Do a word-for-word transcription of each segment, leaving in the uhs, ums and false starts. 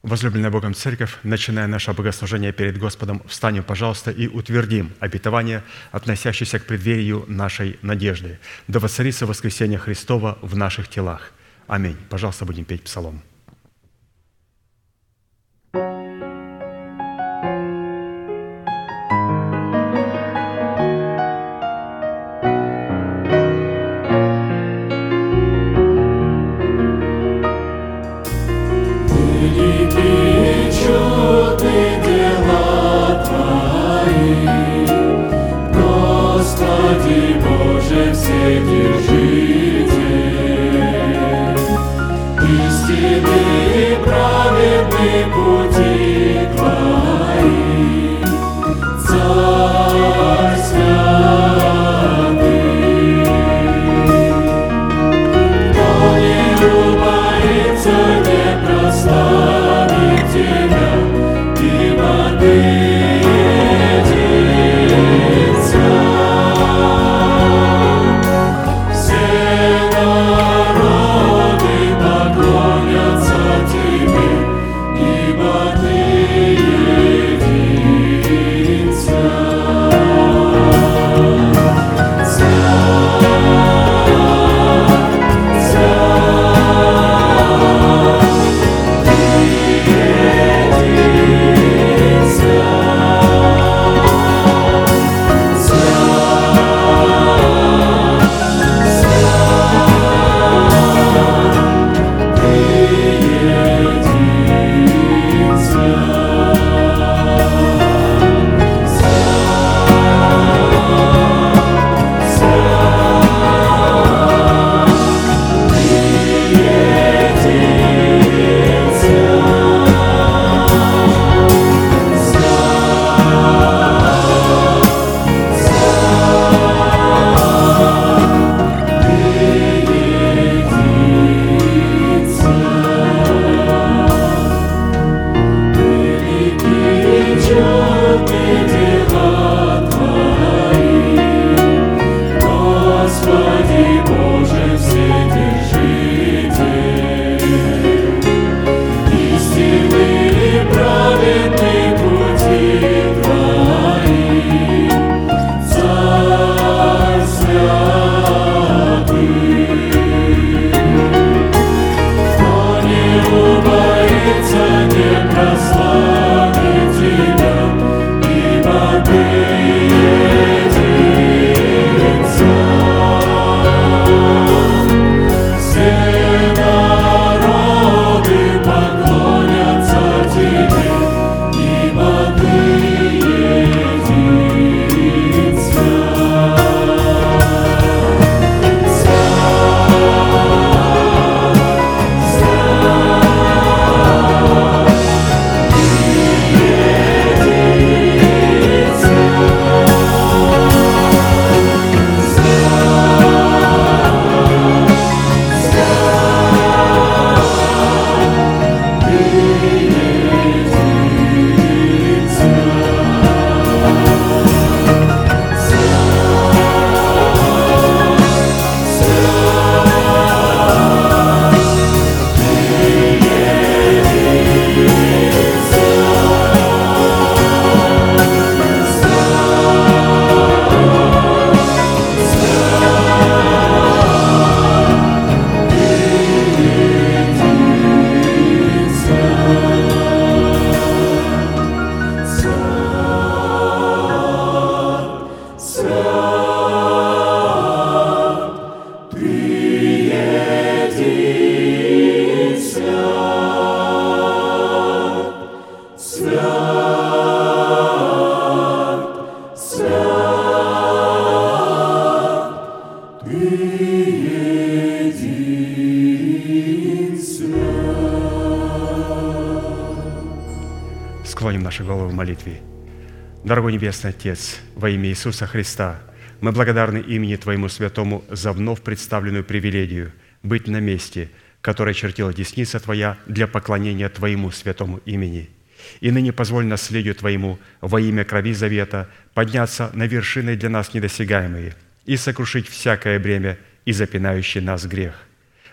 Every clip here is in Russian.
Возлюбленная Богом Церковь, начиная наше богослужение перед Господом, встанем, пожалуйста, и утвердим обетование, относящееся к преддверию нашей надежды. Да воцарится воскресение Христова в наших телах. Аминь. Пожалуйста, будем петь псалом. Склоним наши головы в молитве. Дорогой Небесный Отец, во имя Иисуса Христа, мы благодарны имени Твоему Святому за вновь представленную привилегию быть на месте, которое чертила десница Твоя для поклонения Твоему святому имени. И ныне позволь наследию Твоему во имя крови завета подняться на вершины для нас недосягаемые и сокрушить всякое бремя и запинающий нас грех.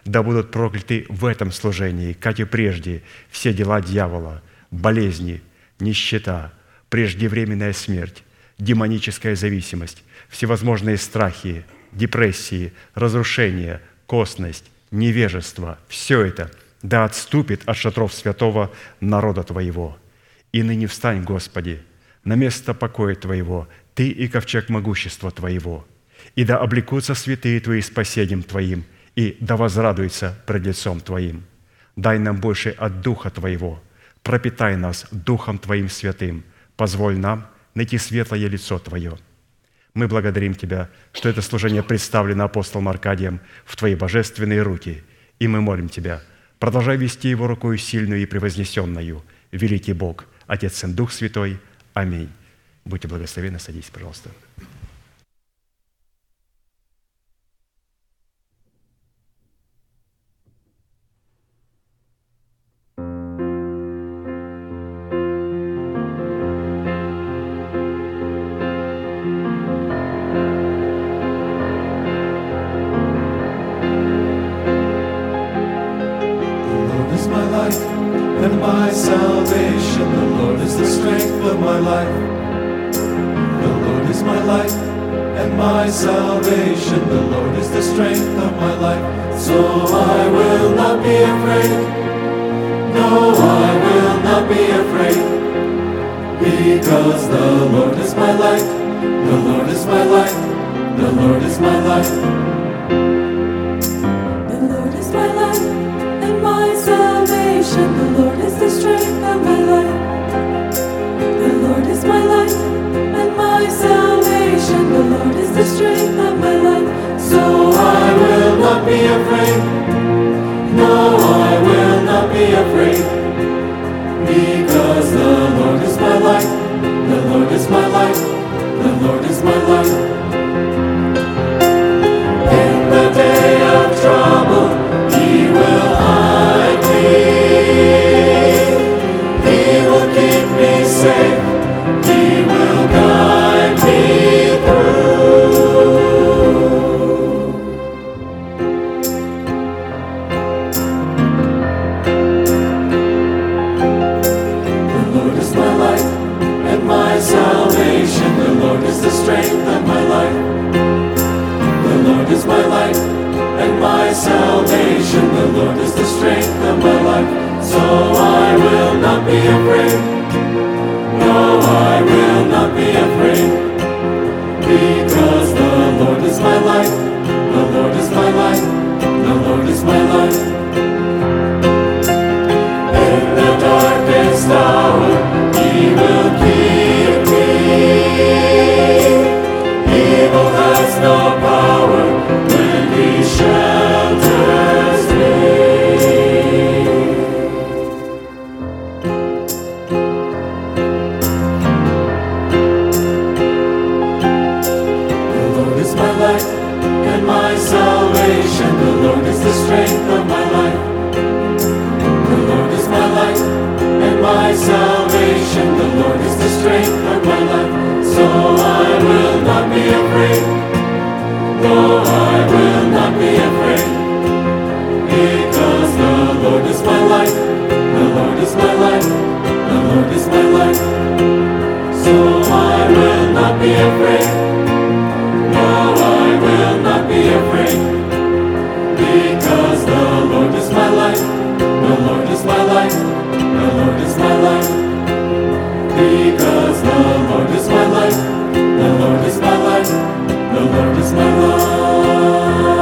Да будут прокляты в этом служении, как и прежде, все дела дьявола, болезни, нищета, преждевременная смерть, демоническая зависимость, всевозможные страхи, депрессии, разрушения, косность, невежество – все это да отступит от шатров святого народа Твоего. И ныне встань, Господи, на место покоя Твоего, Ты и ковчег могущества Твоего, и да облекутся святые Твои спасением Твоим, и да возрадуются пред лицом Твоим. Дай нам больше от Духа Твоего, пропитай нас Духом Твоим святым, позволь нам найти светлое лицо Твое. Мы благодарим Тебя, что это служение представлено апостолом Аркадием в Твои божественные руки, и мы молим Тебя, продолжай вести его рукою сильную и превознесенную, великий Бог, Отец, Сын, Дух Святой. Аминь. Будьте благословенны, садитесь, пожалуйста. And my salvation, the Lord is the strength of my life. The Lord is my light and my salvation, the Lord is the strength of my life. So I will not be afraid, no, I will not be afraid, because the Lord is my light, the Lord is my light, the Lord is my light. The Lord is my light and my salvation, the Lord is the strength of my life. The Lord is my light and my salvation, the Lord is the strength of my life. So I will not be afraid, no, I will not be afraid, because the Lord is my light, the Lord is my light, the Lord is my light. In the day of trouble, He will hide me, He will keep me safe, He will guide me through. The Lord is my light and my salvation, the Lord is the strength of my life. The Lord is my light and my salvation, the Lord is the strength of my life. So I will not be afraid, no, I will not be afraid, because the Lord is my light, the Lord is my light, the Lord is my light. In the darkest hour, He will keep me, evil has no power when He shelters me. The Lord is my light and my salvation, the Lord is the strength of my life. The Lord is my light and my salvation, the Lord is the strength of my life. So I will not be afraid, no, I will not be afraid, because the Lord is my light, the Lord is my light, the Lord is my light. So I will not be afraid, no, I will not be afraid, because the Lord is my light, the Lord is my light, the Lord is my light. Because the Lord is my light, the Lord is my light, the Lord is my light.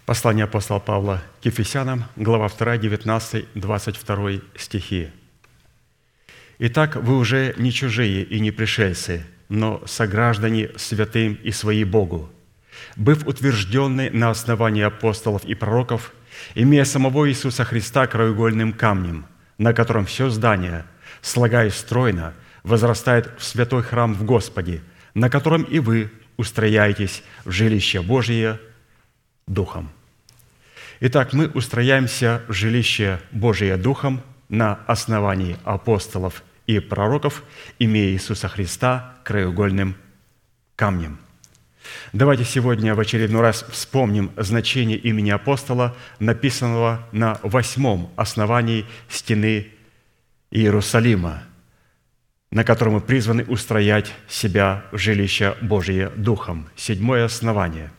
Послание апостола Павла к Ефесянам, глава два, девятнадцатый двадцать второй стихи. «Итак, вы уже не чужие и не пришельцы, но сограждане святым и свои Богу, быв утвержденны на основании апостолов и пророков, имея самого Иисуса Христа краеугольным камнем, на котором все здание, слагаясь стройно, возрастает в святой храм в Господе, на котором и вы устрояетесь в жилище Божие Духом». Итак, мы устрояемся в жилище Божие Духом на основании апостолов и пророков, имея Иисуса Христа краеугольным камнем. Давайте сегодня в очередной раз вспомним значение имени апостола, написанного на восьмом основании стены Иерусалима, на котором мы призваны устроять себя в жилище Божие Духом. Седьмое основание.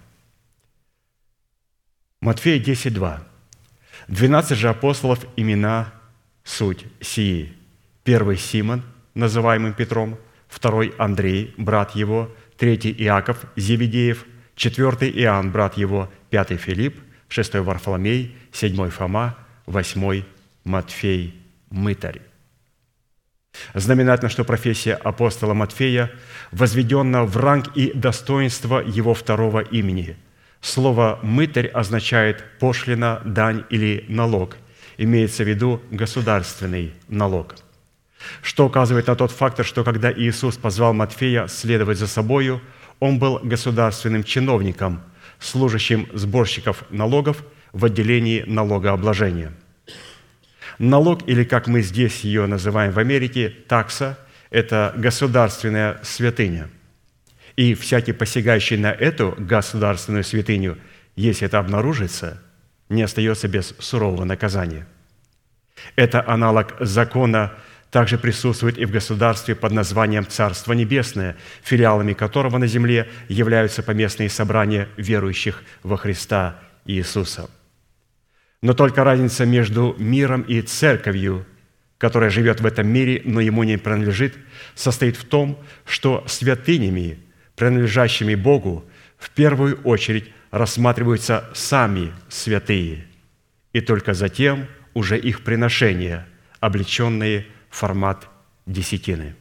Матфея десять, два. «Двенадцать же апостолов имена суть сии. Первый Симон, называемый Петром, второй Андрей, брат его, третий Иаков, Зеведеев, четвертый Иоанн, брат его, пятый Филипп, шестой Варфоломей, седьмой Фома, восьмой Матфей, мытарь». Знаменательно, что профессия апостола Матфея возведена в ранг и достоинство его второго имени. Слово «мытарь» означает пошлина, дань или налог. Имеется в виду государственный налог. Что указывает на тот фактор, что когда Иисус позвал Матфея следовать за собою, он был государственным чиновником, служащим сборщиков налогов в отделении налогообложения. Налог, или как мы здесь ее называем в Америке, такса – это государственная святыня. И всякий, посягающий на эту государственную святыню, если это обнаружится, не остается без сурового наказания. Это аналог закона также присутствует и в государстве под названием Царство Небесное, филиалами которого на земле являются поместные собрания верующих во Христа Иисуса. Но только разница между миром и церковью, которая живет в этом мире, но ему не принадлежит, состоит в том, что святынями, принадлежащими Богу, в первую очередь рассматриваются сами святые, и только затем уже их приношения, облеченные в формат десятины.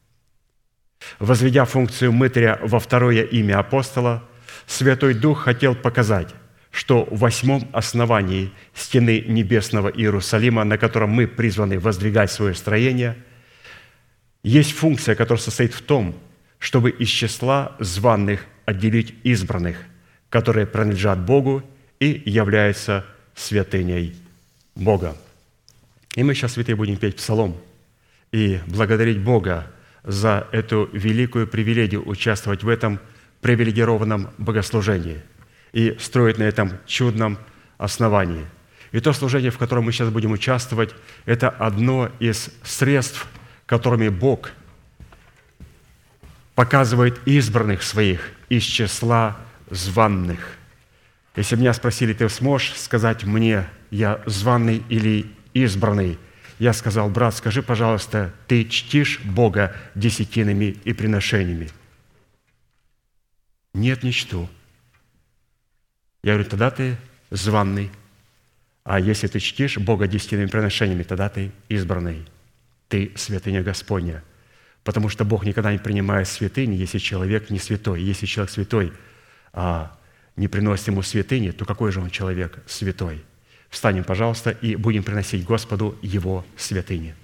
Возведя функцию мытаря во второе имя апостола, Святой Дух хотел показать, что в восьмом основании стены небесного Иерусалима, на котором мы призваны воздвигать свое строение, есть функция, которая состоит в том, чтобы из числа званных отделить избранных, которые принадлежат Богу и являются святыней Бога. И мы сейчас, святые, будем петь псалом и благодарить Бога за эту великую привилегию участвовать в этом привилегированном богослужении и строить на этом чудном основании. И то служение, в котором мы сейчас будем участвовать, это одно из средств, которыми Бог показывает избранных своих из числа званных. Если меня спросили, ты сможешь сказать мне, я званный или избранный? Я сказал, брат, скажи, пожалуйста, ты чтишь Бога десятинами и приношениями? Нет, не чту. Я говорю, тогда ты званный. А если ты чтишь Бога десятинными приношениями, тогда ты избранный. Ты святыня Господня. Потому что Бог никогда не принимает святыни, если человек не святой. Если человек святой, а не приносит ему святыни, то какой же он человек святой? Встанем, пожалуйста, и будем приносить Господу Его святыни.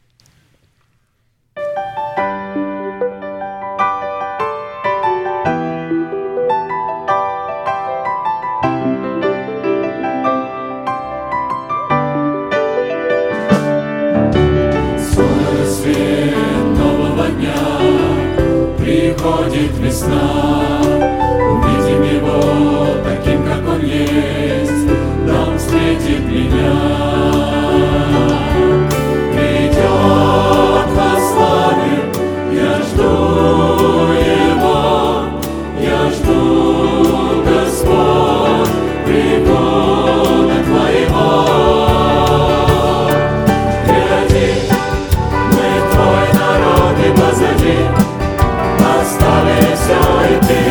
Скоро свет нового дня, приходит весна, увидим Его таким, как Он есть, да Он встретит меня. Придет во славе, я жду Его, я жду, Господь, прихода Твоего. Впереди мы Твой народ и позади, оставили все и Ты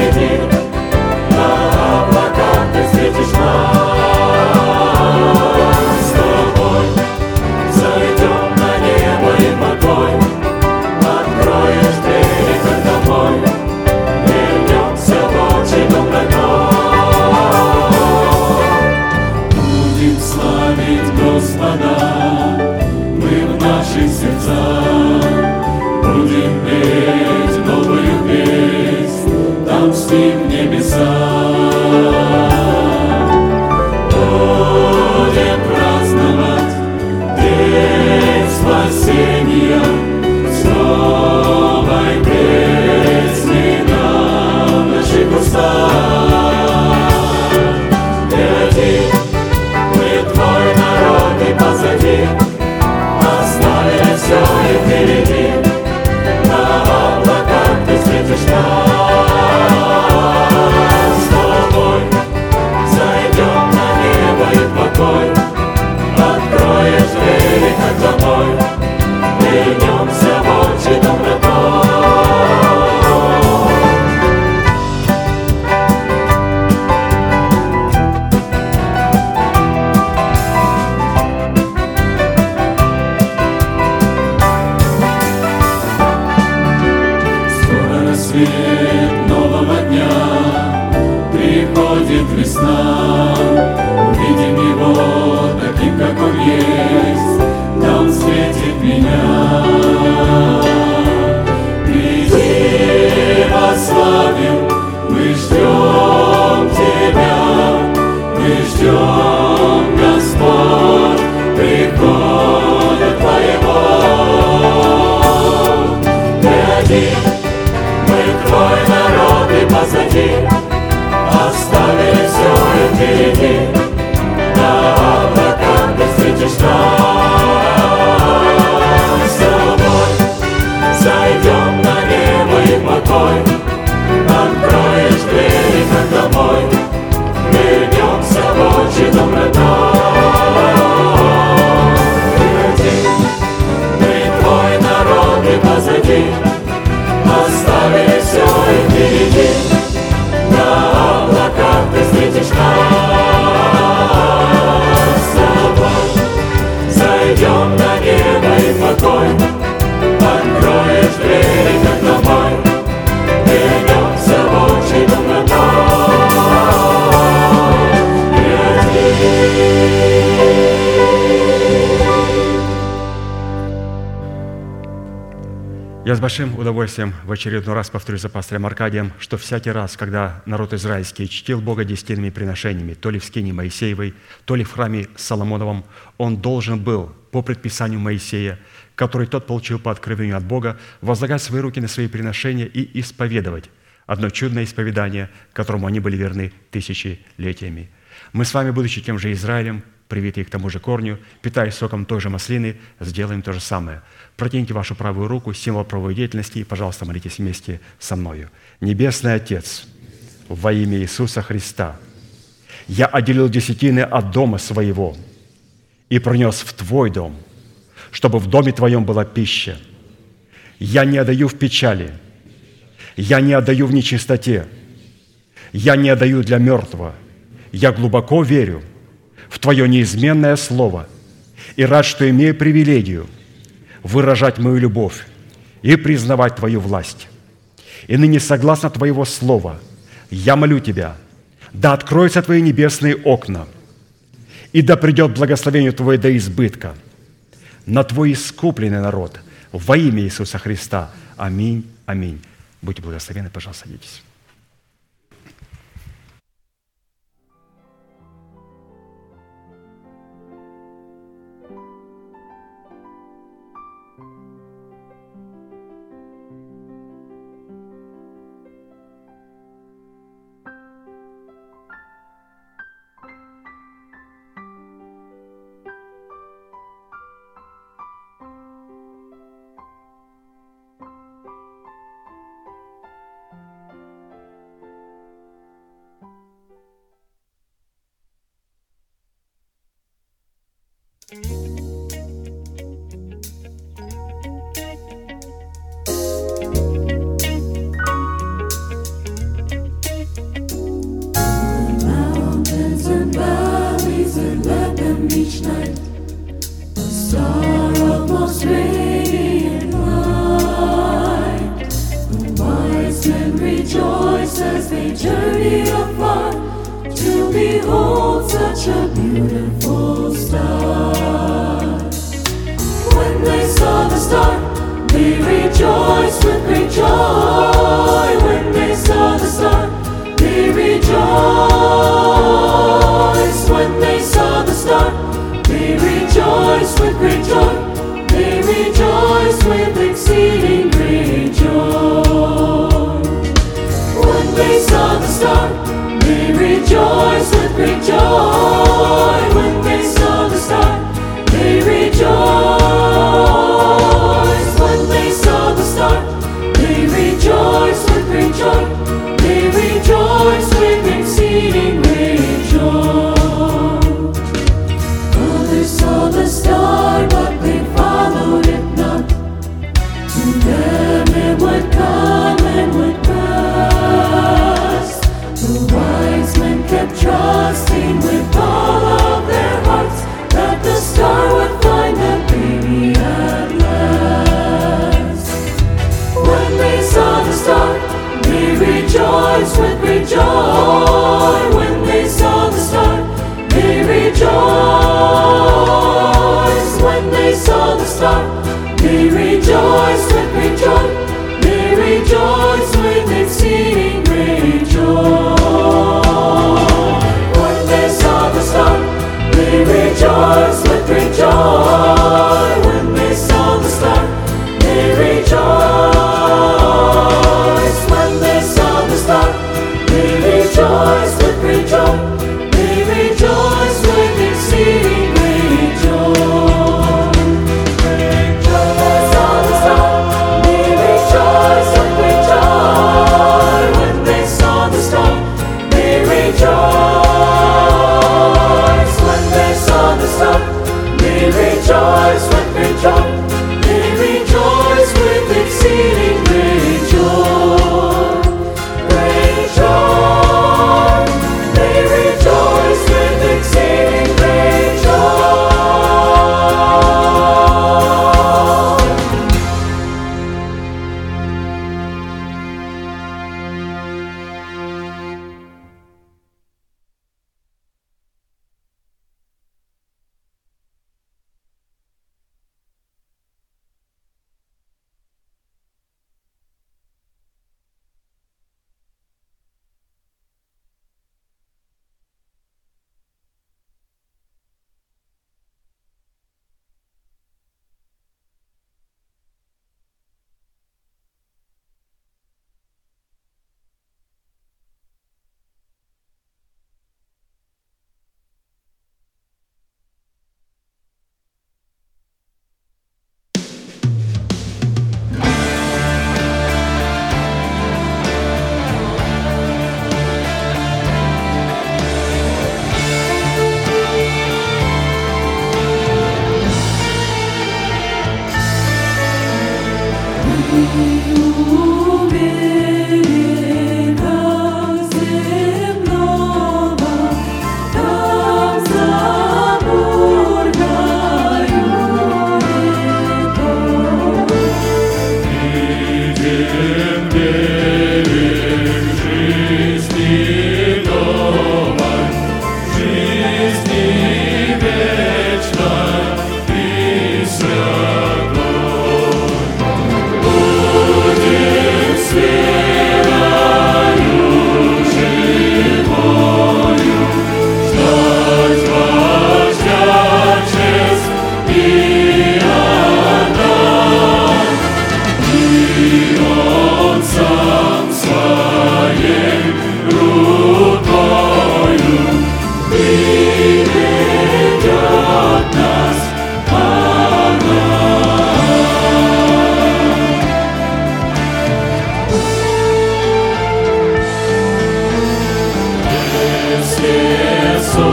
нам, увидим Его таким, как Он есть, да Он встретит меня. Приди, восславим, мы ждем Тебя, мы ждем, Господь, прихода Твоего. Гляди, мы Твой народ и позади, оставили все и впереди, на облаках Ты встретишь нас с тобой. Зайдем на небо и покой, откроешь двери, как домой, вернемся в отчий дом родной. Гляди, мы Твой народ и позади, оставили все и впереди, на облаках Ты встретишь нас с тобой. Зайдем на небо и покой, откроешь двери, как домой, вернемся в отчий дом родной. Гляди. Я с большим удовольствием в очередной раз повторю за пастором Аркадием, что всякий раз, когда народ израильский чтил Бога десятинными приношениями, то ли в скинии Моисеевой, то ли в храме Соломоновом, он должен был по предписанию Моисея, который тот получил по откровению от Бога, возлагать свои руки на свои приношения и исповедовать одно чудное исповедание, которому они были верны тысячелетиями. Мы с вами, будучи тем же Израилем, привитые к тому же корню, питаясь соком той же маслины, сделаем то же самое. Протяните вашу правую руку, символ правовой деятельности, и, пожалуйста, молитесь вместе со мною. Небесный Отец, во имя Иисуса Христа, я отделил десятины от дома своего и принес в Твой дом, чтобы в доме Твоем была пища. Я не отдаю в печали, я не отдаю в нечистоте, я не отдаю для мертвого. Я глубоко верю в Твое неизменное Слово и рад, что имею привилегию выражать мою любовь и признавать Твою власть. И ныне, согласно Твоего Слова, я молю Тебя, да откроются Твои небесные окна, и да придет благословение Твое до избытка на Твой искупленный народ во имя Иисуса Христа. Аминь, аминь. Будьте благословенны, пожалуйста, садитесь. Mountains and valleys, and let them each night a star of most radiant light. The wise men rejoice as they journey afar to behold such a beautiful star. When they saw the star, they rejoiced with great joy. When they saw the star, they rejoiced. When they saw the star, they rejoiced with great joy. They rejoiced with exceeding great joy. When they saw the star, they rejoiced with great joy. When they saw the star, they rejoiced. When they saw the star, they rejoiced with great joy. They rejoiced with exceeding great joy. Others saw the star, but they followed it not. To them it would come and would pass. The wise men kept trusting with all of their hearts that the star would find the baby at last. When they saw the star, they rejoiced with great joy. When they saw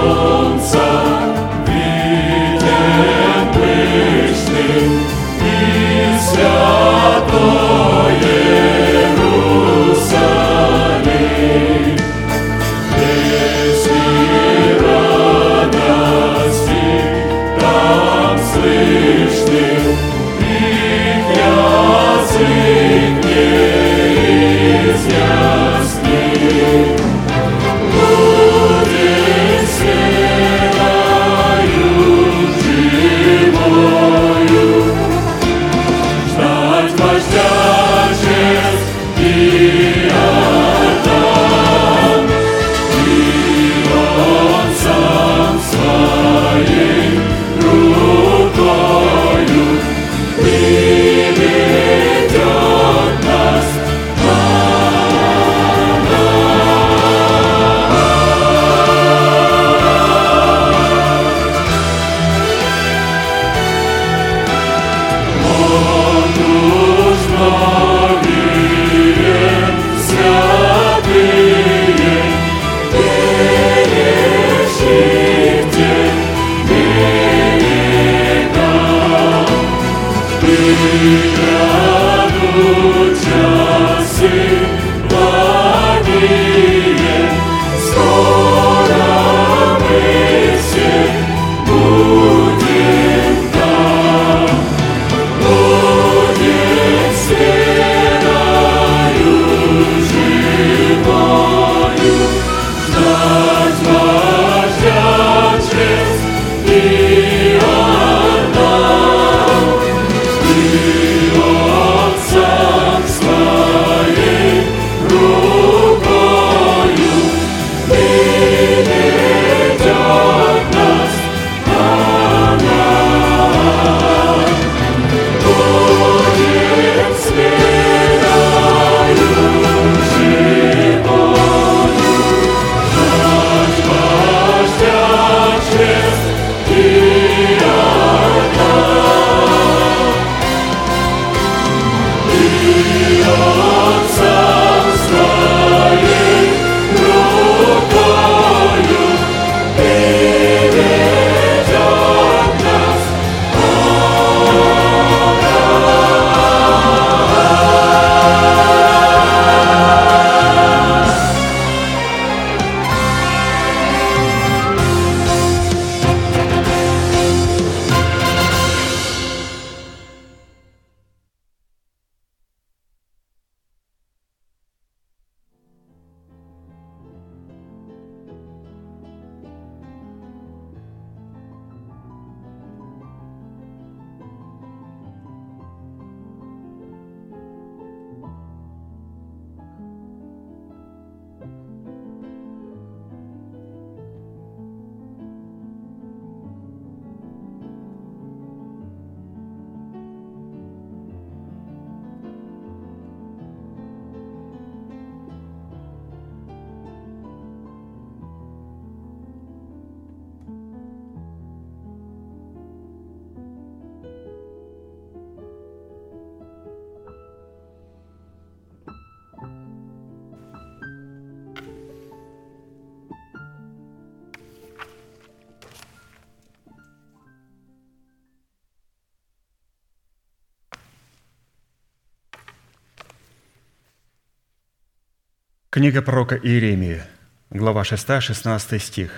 Книга пророка Иеремии, глава шестая, шестнадцатый стих.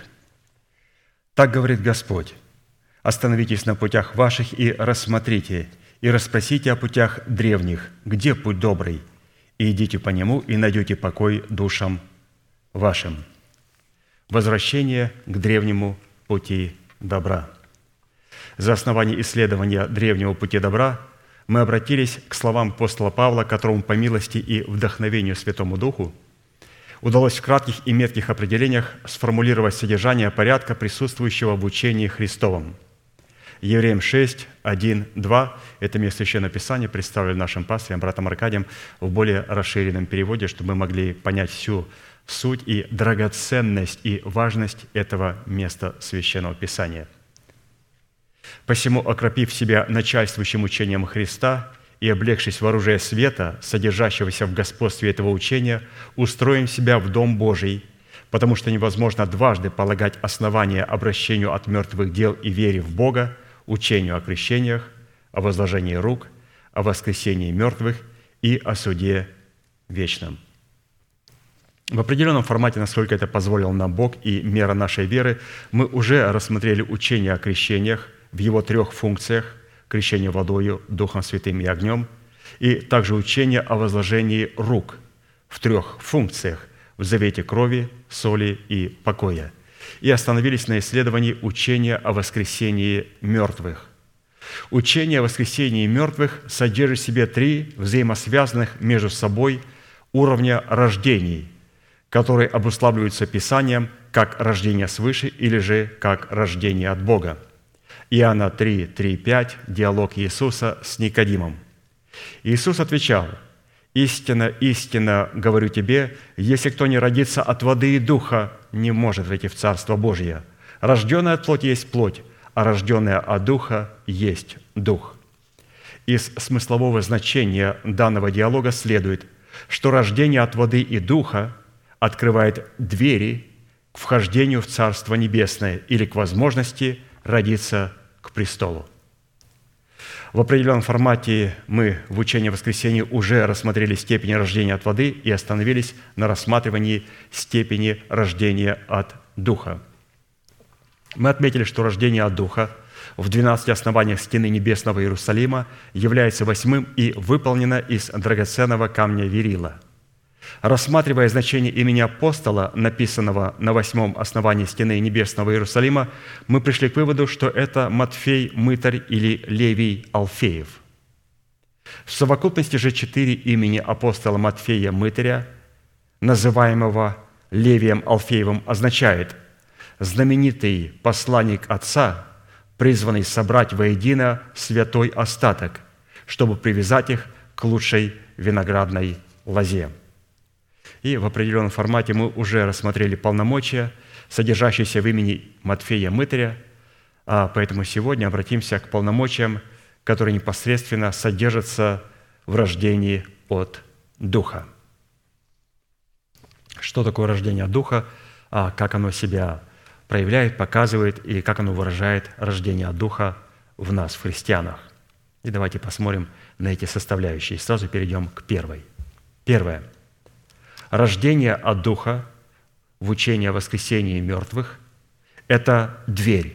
«Так говорит Господь: остановитесь на путях ваших и рассмотрите, и расспросите о путях древних, где путь добрый, и идите по нему, и найдете покой душам вашим». Возвращение к древнему пути добра. За основание исследования древнего пути добра мы обратились к словам апостола Павла, которому по милости и вдохновению Святому Духу удалось в кратких и метких определениях сформулировать содержание порядка, присутствующего в учении Христовом. Евреям шесть, один, два – это место Священного Писания, представлено нашим пастырем, братом Аркадием, в более расширенном переводе, чтобы мы могли понять всю суть и драгоценность и важность этого места Священного Писания. «Посему, окропив себя начальствующим учением Христа и облегшись в оружие света, содержащегося в господстве этого учения, устроим себя в Дом Божий, потому что невозможно дважды полагать основание обращению от мертвых дел и вере в Бога, учению о крещениях, о возложении рук, о воскресении мертвых и о суде вечном. В определенном формате, насколько это позволил нам Бог и мера нашей веры, мы уже рассмотрели учение о крещениях в его трех функциях – крещение водою, Духом Святым и огнем, и также учение о возложении рук в трех функциях – в завете крови, соли и покоя, и остановились на исследовании учения о воскресении мертвых. Учение о воскресении мертвых содержит в себе три взаимосвязанных между собой уровня рождений, которые обуславливаются Писанием как рождение свыше или же как рождение от Бога. Иоанна три, три, пять, диалог Иисуса с Никодимом. Иисус отвечал: «Истинно, истинно говорю тебе, если кто не родится от воды и духа, не может войти в Царство Божие. Рожденное от плоти есть плоть, а рожденное от духа есть дух». Из смыслового значения данного диалога следует, что рождение от воды и духа открывает двери к вхождению в Царство Небесное или к возможности родиться к престолу. В определенном формате мы в учении о воскресении уже рассмотрели степень рождения от воды и остановились на рассматривании степени рождения от духа. Мы отметили, что рождение от духа в двенадцати основаниях стены небесного Иерусалима является восьмым и выполнено из драгоценного камня верила. Рассматривая значение имени апостола, написанного на восьмом основании стены небесного Иерусалима, мы пришли к выводу, что это Матфей Мытарь или Левий Алфеев. В совокупности же четыре имени апостола Матфея Мытаря, называемого Левием Алфеевым, означает знаменитый посланник Отца, призванный собрать воедино святой остаток, чтобы привязать их к лучшей виноградной лозе. И в определенном формате мы уже рассмотрели полномочия, содержащиеся в имени Матфея Мытаря, а поэтому сегодня обратимся к полномочиям, которые непосредственно содержатся в рождении от Духа. Что такое рождение от Духа, а как оно себя проявляет, показывает и как оно выражает рождение от Духа в нас, в христианах. И давайте посмотрим на эти составляющие. Сразу перейдем к первой. Первое. Рождение от Духа в учении о воскресении мертвых – это дверь.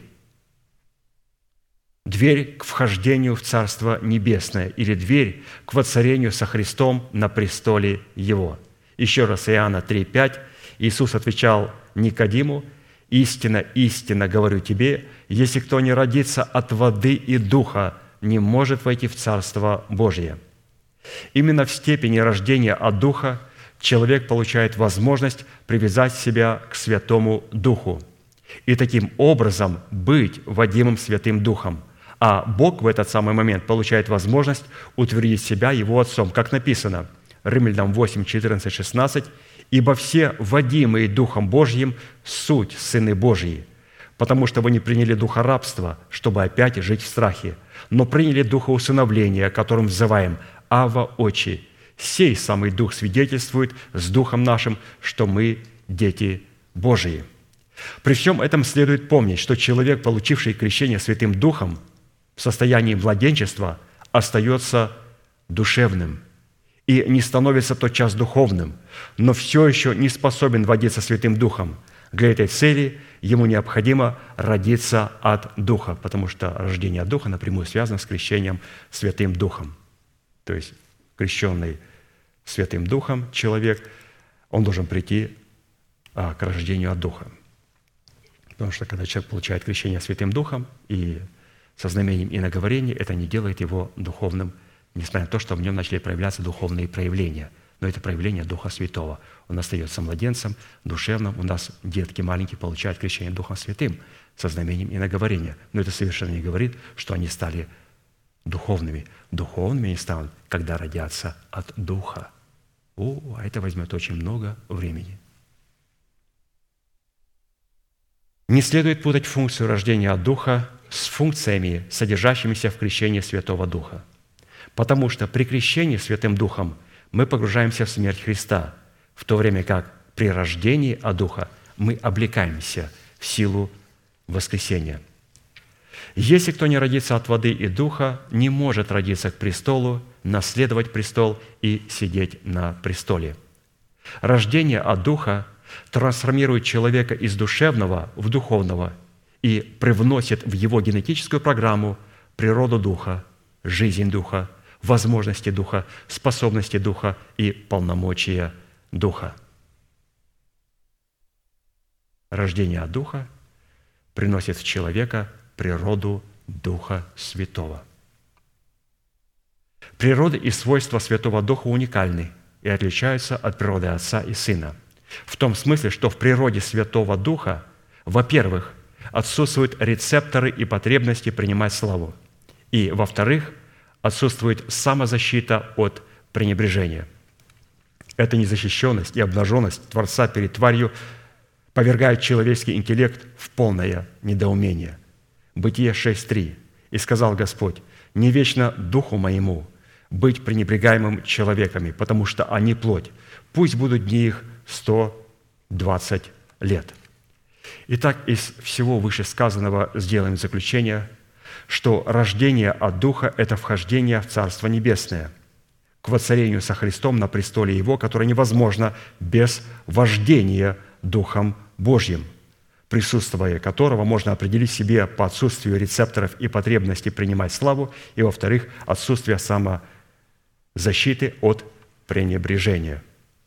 Дверь к вхождению в Царство Небесное или дверь к воцарению со Христом на престоле Его. Еще раз, Иоанна три, пять. Иисус отвечал Никодиму: «Истинно, истинно говорю тебе, если кто не родится от воды и духа, не может войти в Царство Божие». Именно в степени рождения от Духа человек получает возможность привязать себя к Святому Духу и таким образом быть водимым Святым Духом. А Бог в этот самый момент получает возможность утвердить себя Его Отцом, как написано, Римлянам восемь, четырнадцать, шестнадцать, «Ибо все водимые Духом Божьим суть сыны Божьи, потому что вы не приняли духа рабства, чтобы опять жить в страхе, но приняли духа усыновления, которым взываем Авва, Отче. Сей самый Дух свидетельствует с Духом нашим, что мы дети Божии». При всем этом следует помнить, что человек, получивший крещение Святым Духом в состоянии младенчества, остается душевным и не становится тотчас духовным, но все еще не способен водиться Святым Духом. Для этой цели ему необходимо родиться от Духа, потому что рождение от Духа напрямую связано с крещением Святым Духом. То есть крещенный Святым Духом человек, он должен прийти а, к рождению от Духа. Потому что когда человек получает крещение Святым Духом и со знамением иноговорения, это не делает его духовным, несмотря на то, что в нем начали проявляться духовные проявления. Но это проявление Духа Святого. Он остается младенцем, душевным. У нас детки маленькие получают крещение Духом Святым со знамением иноговорения. Но это совершенно не говорит, что они стали духовными. Духовными они станут, когда родятся от Духа. О, а это возьмет очень много времени. Не следует путать функцию рождения от Духа с функциями, содержащимися в крещении Святого Духа. Потому что при крещении Святым Духом мы погружаемся в смерть Христа, в то время как при рождении от Духа мы облекаемся в силу воскресения. Если кто не родится от воды и духа, не может родиться к престолу, наследовать престол и сидеть на престоле. Рождение от духа трансформирует человека из душевного в духовного и привносит в его генетическую программу природу духа, жизнь духа, возможности духа, способности духа и полномочия духа. Рождение от духа приносит в человека природу Духа Святого. Природа и свойства Святого Духа уникальны и отличаются от природы Отца и Сына. В том смысле, что в природе Святого Духа, во-первых, отсутствуют рецепторы и потребности принимать славу, и, во-вторых, отсутствует самозащита от пренебрежения. Эта незащищенность и обнаженность Творца перед тварью повергает человеческий интеллект в полное недоумение. Бытие шесть три. «И сказал Господь, не вечно духу моему быть пренебрегаемым человеками, потому что они плоть. Пусть будут дни их сто двадцать лет». Итак, из всего вышесказанного сделаем заключение, что рождение от Духа – это вхождение в Царство Небесное, к воцарению со Христом на престоле Его, которое невозможно без вождения Духом Божьим, присутствие которого можно определить себе по отсутствию рецепторов и потребности принимать славу, и, во-вторых, отсутствие самозащиты от пренебрежения.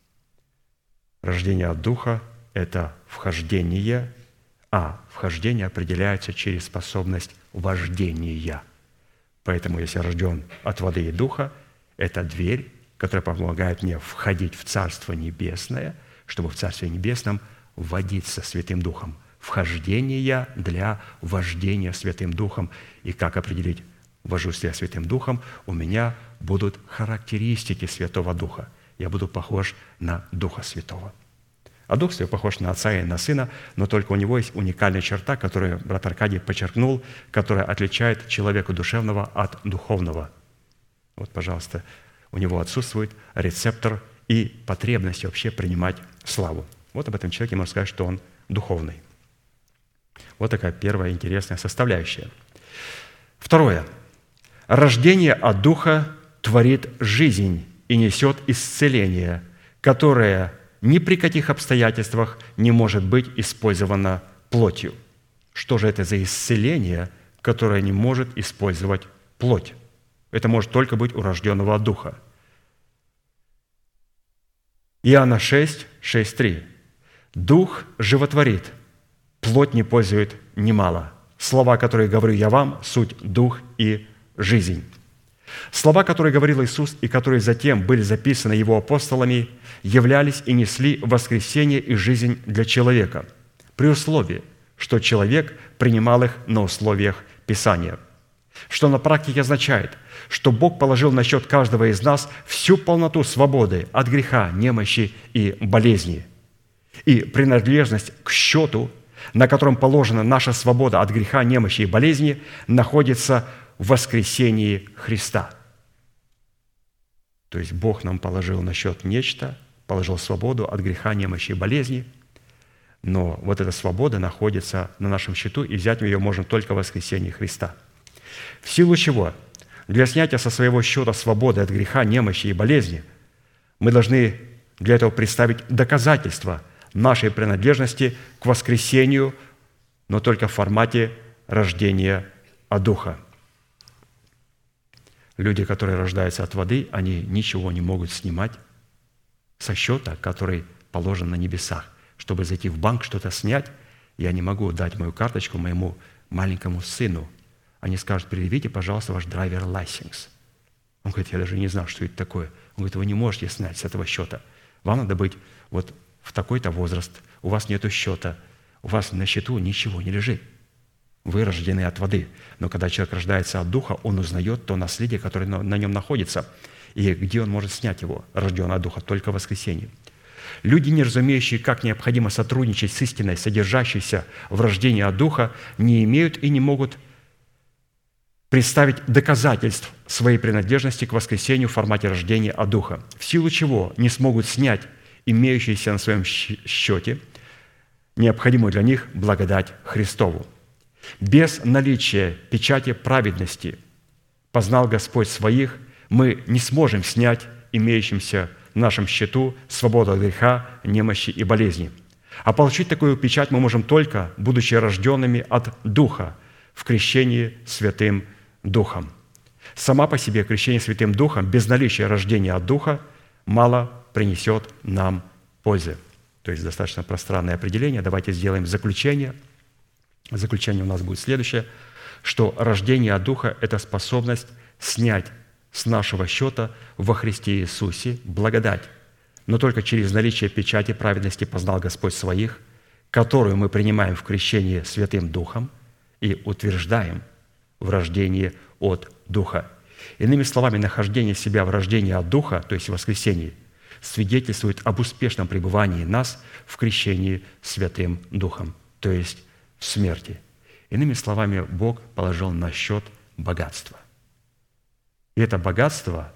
Рождение от Духа – это вхождение, а вхождение определяется через способность вождения. Поэтому, если я рожден от воды и Духа, это дверь, которая помогает мне входить в Царство Небесное, чтобы в Царстве Небесном вводиться Святым Духом. Вхождение для вождения Святым Духом. И как определить, вожусь ли я Святым Духом? У меня будут характеристики Святого Духа. Я буду похож на Духа Святого. А Дух Святой похож на Отца и на Сына, но только у него есть уникальная черта, которую брат Аркадий подчеркнул, которая отличает человека душевного от духовного. Вот, пожалуйста, у него отсутствует рецептор и потребность вообще принимать славу. Вот об этом человеке можно сказать, что он духовный. Вот такая первая интересная составляющая. Второе. Рождение от Духа творит жизнь и несет исцеление, которое ни при каких обстоятельствах не может быть использовано плотью. Что же это за исцеление, которое не может использовать плоть? Это может только быть у рожденного от Духа. Иоанна шесть, шесть, три. «Дух животворит, плоть не пользует немало. Слова, которые говорю я вам, суть дух и жизнь». Слова, которые говорил Иисус и которые затем были записаны Его апостолами, являлись и несли воскресение и жизнь для человека, при условии, что человек принимал их на условиях Писания. Что на практике означает, что Бог положил на счет каждого из нас всю полноту свободы от греха, немощи и болезни. И принадлежность к счету, на котором положена наша свобода от греха, немощи и болезни, находится в воскресении Христа. То есть Бог нам положил на счет нечто, положил свободу от греха, немощи и болезни, но вот эта свобода находится на нашем счету, и взять ее можно только в воскресении Христа. В силу чего? Для снятия со своего счета свободы от греха, немощи и болезни мы должны для этого представить доказательства нашей принадлежности к воскресению, но только в формате рождения от Духа. Люди, которые рождаются от воды, они ничего не могут снимать со счета, который положен на небесах. Чтобы зайти в банк, что-то снять, я не могу дать мою карточку моему маленькому сыну. Они скажут: предъявите, пожалуйста, ваш драйвер лайсенс. Он говорит: я даже не знал, что это такое. Он говорит: вы не можете снять с этого счета. Вам надо быть вот в такой-то возраст, у вас нет счета, у вас на счету ничего не лежит. Вы рождены от воды. Но когда человек рождается от Духа, он узнает то наследие, которое на нем находится. И где он может снять его, рожден от Духа? Только в воскресенье. Люди, не разумеющие, как необходимо сотрудничать с истиной, содержащейся в рождении от Духа, не имеют и не могут представить доказательств своей принадлежности к воскресению в формате рождения от Духа, в силу чего не смогут снять имеющиеся на своем счете необходимую для них благодать Христову. Без наличия печати праведности познал Господь своих, мы не сможем снять имеющимся в нашем счету свободу от греха, немощи и болезни. А получить такую печать мы можем только, будучи рожденными от Духа в крещении Святым Духом. Сама по себе крещение Святым Духом без наличия рождения от Духа мало принесет нам пользы. То есть достаточно пространное определение. Давайте сделаем заключение. Заключение у нас будет следующее, что рождение от Духа – это способность снять с нашего счета во Христе Иисусе благодать, но только через наличие печати праведности познал Господь своих, которую мы принимаем в крещении Святым Духом и утверждаем в рождении от Духа. Иными словами, нахождение себя в рождении от Духа, то есть в воскресении, свидетельствует об успешном пребывании нас в крещении Святым Духом, то есть в смерти. Иными словами, Бог положил на счет богатства. И это богатство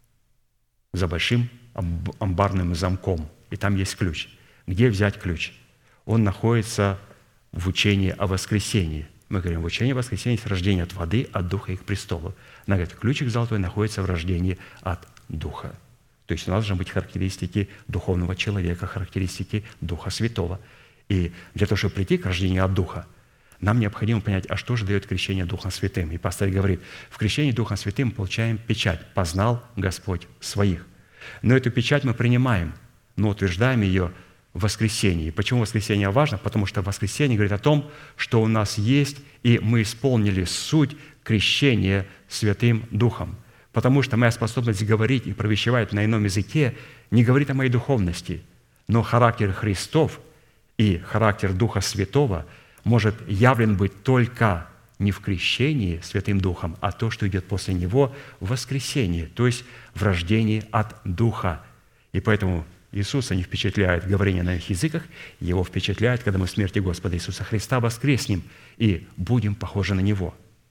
за большим амбарным замком. И там есть ключ. Где взять ключ? Он находится в учении о воскресении. Мы говорим, в учении о воскресении есть рождение от воды, от Духа и к престолу. Она говорит, ключик золотой находится в рождении от Духа. То есть у нас должны быть характеристики духовного человека, характеристики Духа Святого. И для того, чтобы прийти к рождению от Духа, нам необходимо понять, а что же дает крещение Духом Святым. И пастор говорит, в крещении Духом Святым получаем печать «Познал Господь своих». Но эту печать мы принимаем, но утверждаем ее в воскресении. Почему воскресенье важно? Потому что воскресенье говорит о том, что у нас есть, и мы исполнили суть крещения Святым Духом. Потому что моя способность говорить и провещевать на ином языке не говорит о моей духовности, но характер Христов и характер Духа Святого может явлен быть только не в крещении Святым Духом, а то, что идет после него в воскресении, то есть в рождении от Духа. И поэтому Иисуса не впечатляет говорение на их языках, Его впечатляет, когда мы в смерти Господа Иисуса Христа воскреснем и будем похожи на Него.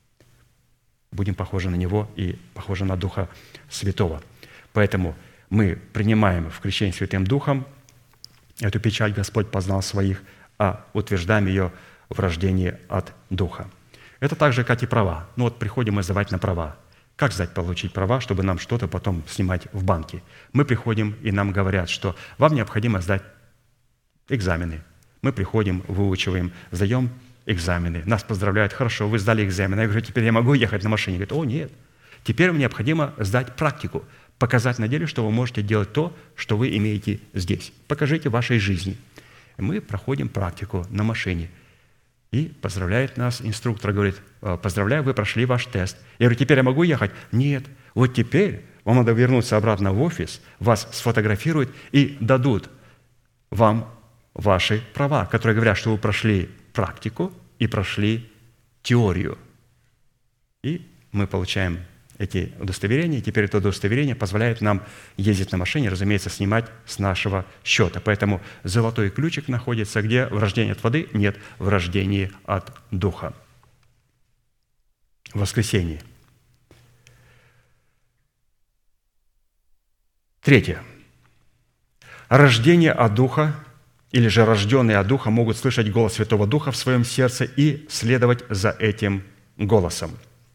Будем похожи на Него и похожи на Духа Святого. Поэтому мы принимаем в крещении Святым Духом эту печать «Господь познал своих», а утверждаем ее в рождении от Духа. Это так же, как и права. Ну вот приходим мы сдавать на права. Как сдать, получить права, чтобы нам что-то потом снимать в банке? Мы приходим, и нам говорят, что вам необходимо сдать экзамены. Мы приходим, выучиваем, сдаем экзамены. Нас поздравляют, хорошо, вы сдали экзамены. Я говорю, теперь я могу ехать на машине? Говорит, о, нет. Теперь вам необходимо сдать практику, показать на деле, что вы можете делать то, что вы имеете здесь. Покажите в вашей жизни. Мы проходим практику на машине. И поздравляет нас инструктор, говорит, поздравляю, вы прошли ваш тест. Я говорю, теперь я могу ехать? Нет. Вот теперь вам надо вернуться обратно в офис, вас сфотографируют и дадут вам ваши права, которые говорят, что вы прошли практику и прошли теорию. И мы получаем эти удостоверения. Теперь это удостоверение позволяет нам ездить на машине, разумеется, снимать с нашего счета. Поэтому золотой ключик находится где? В рождении от воды? Нет, в рождении от Духа. В воскресенье. Третье. Рождение от Духа или же рожденные от Духа могут слышать голос Святого Духа в своем сердце и следовать за этим голосом.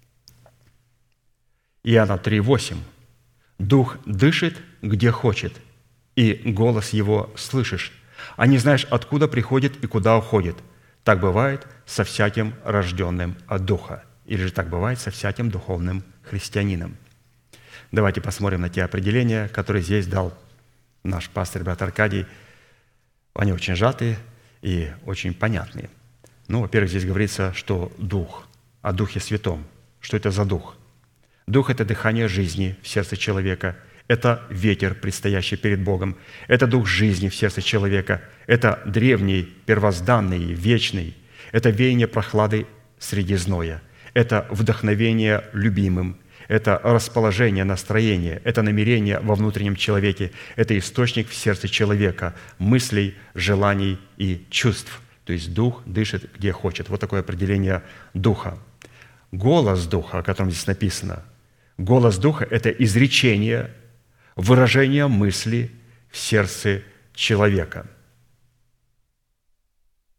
Иоанна три восемь. «Дух дышит, где хочет, и голос его слышишь, а не знаешь, откуда приходит и куда уходит. Так бывает со всяким рожденным от Духа». Или же так бывает со всяким духовным христианином. Давайте посмотрим на те определения, которые здесь дал наш пастор брат Аркадий. Они очень сжатые и очень понятные. Ну, во-первых, здесь говорится, что Дух, о Духе Святом. Что это за Дух? Дух – это дыхание жизни в сердце человека. Это ветер, предстоящий перед Богом. Это дух жизни в сердце человека. Это древний, первозданный, вечный. Это веяние прохлады среди зноя. Это вдохновение любимым. Это расположение, настроение. Это намерение во внутреннем человеке. Это источник в сердце человека мыслей, желаний и чувств. То есть Дух дышит, где хочет. Вот такое определение Духа. Голос Духа, о котором здесь написано. Голос Духа – это изречение, выражение мысли в сердце человека.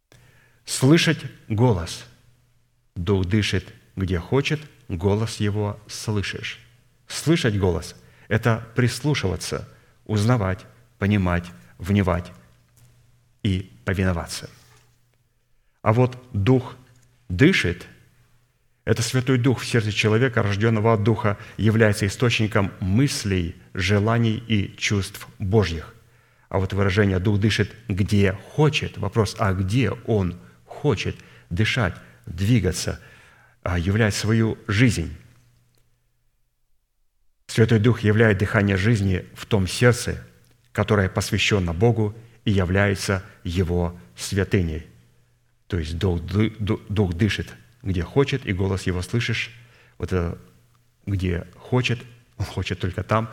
Слышать голос. Дух дышит, где хочет, голос его слышишь. Слышать голос – это прислушиваться, узнавать, понимать, внимать и повиноваться. А вот Дух дышит – это Святой Дух в сердце человека, рожденного от Духа, является источником мыслей, желаний и чувств Божьих. А вот выражение «Дух дышит, где хочет» – вопрос, а где Он хочет дышать, двигаться, являть свою жизнь? Святой Дух являет дыхание жизни в том сердце, которое посвящено Богу и является Его святыней. То есть Дух, Дух дышит, где хочет, и голос Его слышишь. Вот это, где хочет, Он хочет только там,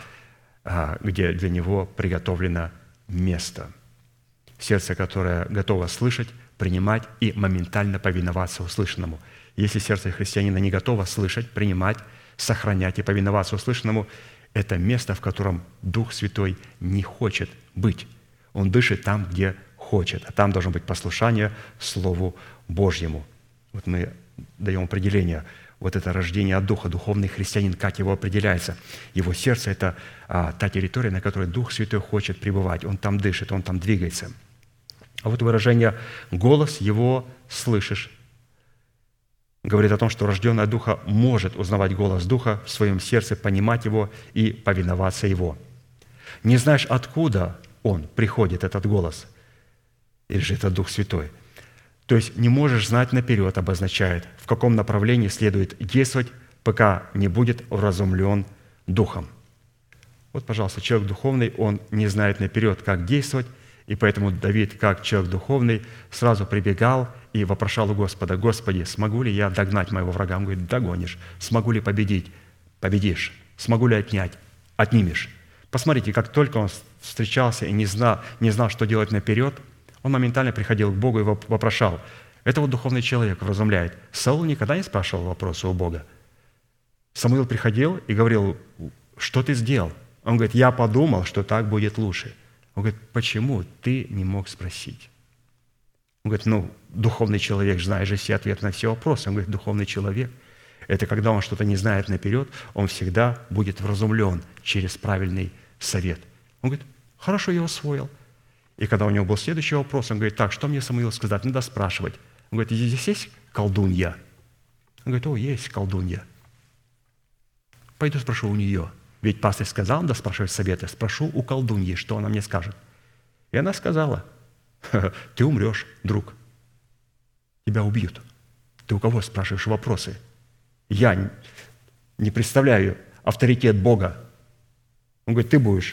где для Него приготовлено место. Сердце, которое готово слышать, принимать и моментально повиноваться услышанному. Если сердце христианина не готово слышать, принимать, сохранять и повиноваться услышанному, это место, в котором Дух Святой не хочет быть. Он дышит там, где хочет, а там должно быть послушание Слову Божьему. Вот мы даем определение. Вот это рождение от Духа, духовный христианин, как его определяется. Его сердце – это а, та территория, на которой Дух Святой хочет пребывать. Он там дышит, он там двигается. А вот выражение «голос его слышишь» говорит о том, что рожденный от Духа может узнавать голос Духа в своем сердце, понимать его и повиноваться его. Не знаешь, откуда он приходит, этот голос, или же это Дух Святой. То есть не можешь знать наперед, обозначает, в каком направлении следует действовать, пока не будет вразумлен Духом. Вот, пожалуйста, человек духовный, он не знает наперед, как действовать, и поэтому Давид, как человек духовный, сразу прибегал и вопрошал у Господа: «Господи, смогу ли я догнать моего врага?» Он говорит: «Догонишь». «Смогу ли победить?» «Победишь». «Смогу ли отнять?» «Отнимешь». Посмотрите, как только он встречался и не знал, не знал, что делать наперед, он моментально приходил к Богу и вопрошал. Это вот духовный человек вразумляет. Саул никогда не спрашивал вопросы у Бога. Самуил приходил и говорил: «Что ты сделал?» Он говорит: «Я подумал, что так будет лучше». Он говорит: «Почему ты не мог спросить?» Он говорит: «Ну, духовный человек, знаешь же все ответы на все вопросы». Он говорит: «Духовный человек – это когда он что-то не знает наперед, он всегда будет вразумлен через правильный совет». Он говорит: «Хорошо, я усвоил». И когда у него был следующий вопрос, он говорит: «Так, что мне, Самуил, сказать? Надо спрашивать». Он говорит: «Здесь есть колдунья?» Он говорит: «О, есть колдунья. Пойду спрошу у нее». Ведь пастырь сказал, да спрашивать советы. Спрошу у колдуньи, что она мне скажет. И она сказала: «Ты умрешь, друг. Тебя убьют. Ты у кого спрашиваешь вопросы? Я не представляю авторитет Бога». Он говорит: «Ты будешь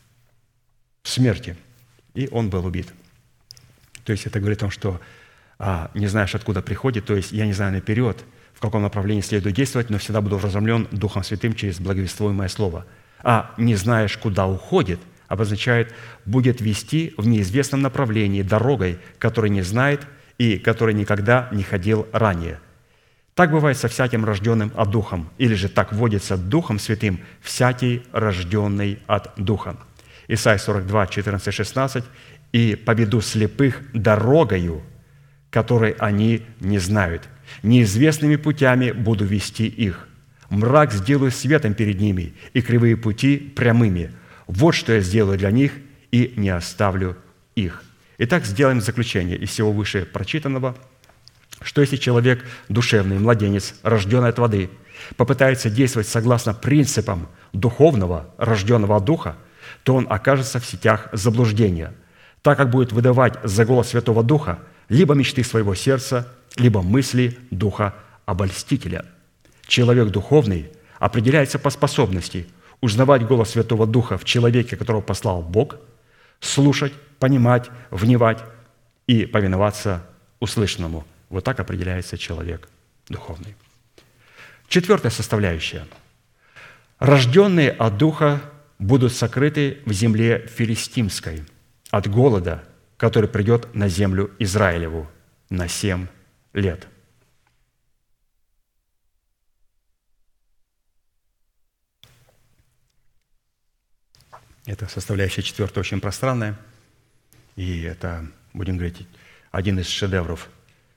в смерти». И он был убит. То есть это говорит о том, что а, не знаешь, откуда приходит, то есть я не знаю наперед, в каком направлении следует действовать, но всегда буду вразумлен Духом Святым через благовествуемое Слово. А не знаешь, куда уходит, обозначает, будет вести в неизвестном направлении, дорогой, которой не знает и которой никогда не ходил ранее. Так бывает со всяким рожденным от Духом, или же так водится Духом Святым всякий рожденный от Духа. Исайя сорок два, четырнадцать, шестнадцать. «И поведу слепых дорогою, которой они не знают. Неизвестными путями буду вести их. Мрак сделаю светом перед ними, и кривые пути прямыми. Вот что я сделаю для них, и не оставлю их». Итак, сделаем заключение из всего выше прочитанного, что если человек душевный, младенец, рожденный от воды, попытается действовать согласно принципам духовного, рожденного от Духа, то он окажется в сетях заблуждения, так как будет выдавать за голос Святого Духа либо мечты своего сердца, либо мысли Духа Обольстителя. Человек духовный определяется по способности узнавать голос Святого Духа в человеке, которого послал Бог, слушать, понимать, внимать и повиноваться услышанному. Вот так определяется человек духовный. Четвертая составляющая. Рожденные от Духа будут сокрыты в земле филистимской от голода, который придет на землю Израилеву на семь лет. Это составляющая четвертая очень пространная, и это, будем говорить, один из шедевров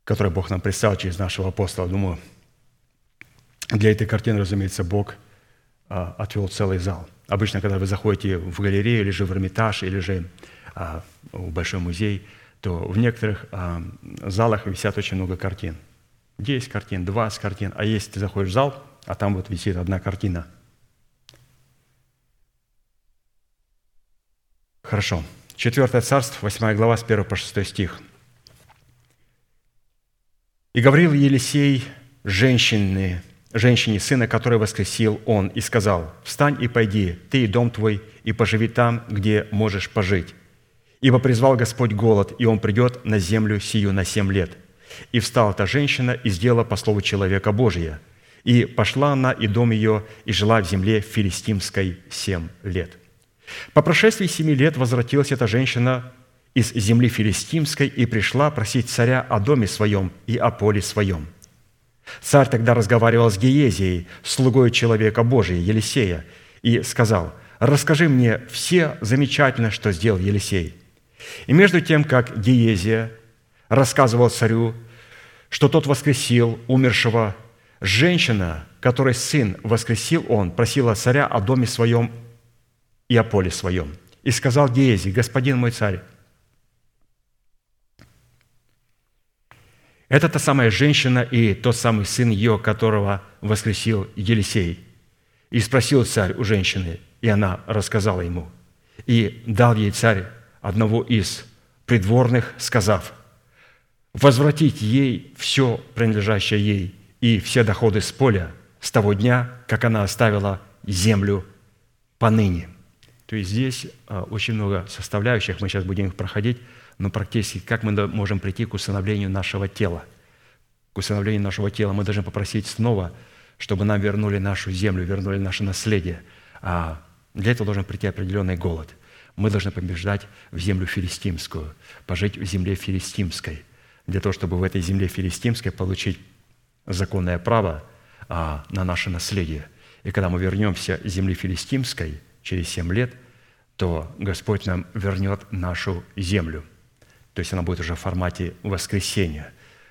которое Бог нам представил через нашего апостола. Думаю, для этой картины, разумеется, Бог а, отвел целый зал. Обычно, когда вы заходите в галерею, или же в Эрмитаж, или же а, в Большой музей, то в некоторых а, залах висят очень много картин. десять картин, двадцать картин. А если ты заходишь в зал, а там вот висит одна картина. Хорошо. Четвертое царство, восьмая глава, с первого по шестой стих. «И говорил Елисей женщине, женщине, сына которой воскресил он, и сказал: встань и пойди, ты и дом твой, и поживи там, где можешь пожить. Ибо призвал Господь голод, и он придет на землю сию на семь лет. И встала эта женщина и сделала по слову человека Божия. И пошла она и дом ее, и жила в земле филистимской семь лет. По прошествии семи лет возвратилась эта женщина из земли филистимской и пришла просить царя о доме своем и о поле своем. Царь тогда разговаривал с Геезией, слугой человека Божия, Елисея, и сказал: расскажи мне все замечательно, что сделал Елисей. И между тем, как Геезия рассказывал царю, что тот воскресил умершего, женщина, которой сын воскресил он, просила царя о доме своем и о поле своем. И сказал Геезий: господин мой царь, это та самая женщина и тот самый сын ее, которого воскресил Елисей. И спросил царь у женщины, и она рассказала ему. И дал ей царь одного из придворных, сказав: возвратить ей все, принадлежащее ей, и все доходы с поля с того дня, как она оставила землю поныне». То есть здесь очень много составляющих, мы сейчас будем их проходить, но практически как мы можем прийти к усыновлению нашего тела. К усыновлению нашего тела мы должны попросить снова, чтобы нам вернули нашу землю, вернули наше наследие. А для этого должен прийти определенный голод. Мы должны побеждать в землю филистимскую, пожить в земле филистимской, для того, чтобы в этой земле филистимской получить законное право а, на наше наследие. И когда мы вернемся из земли филистимской через семь лет, то Господь нам вернет нашу землю. То есть она будет уже в формате воскресения.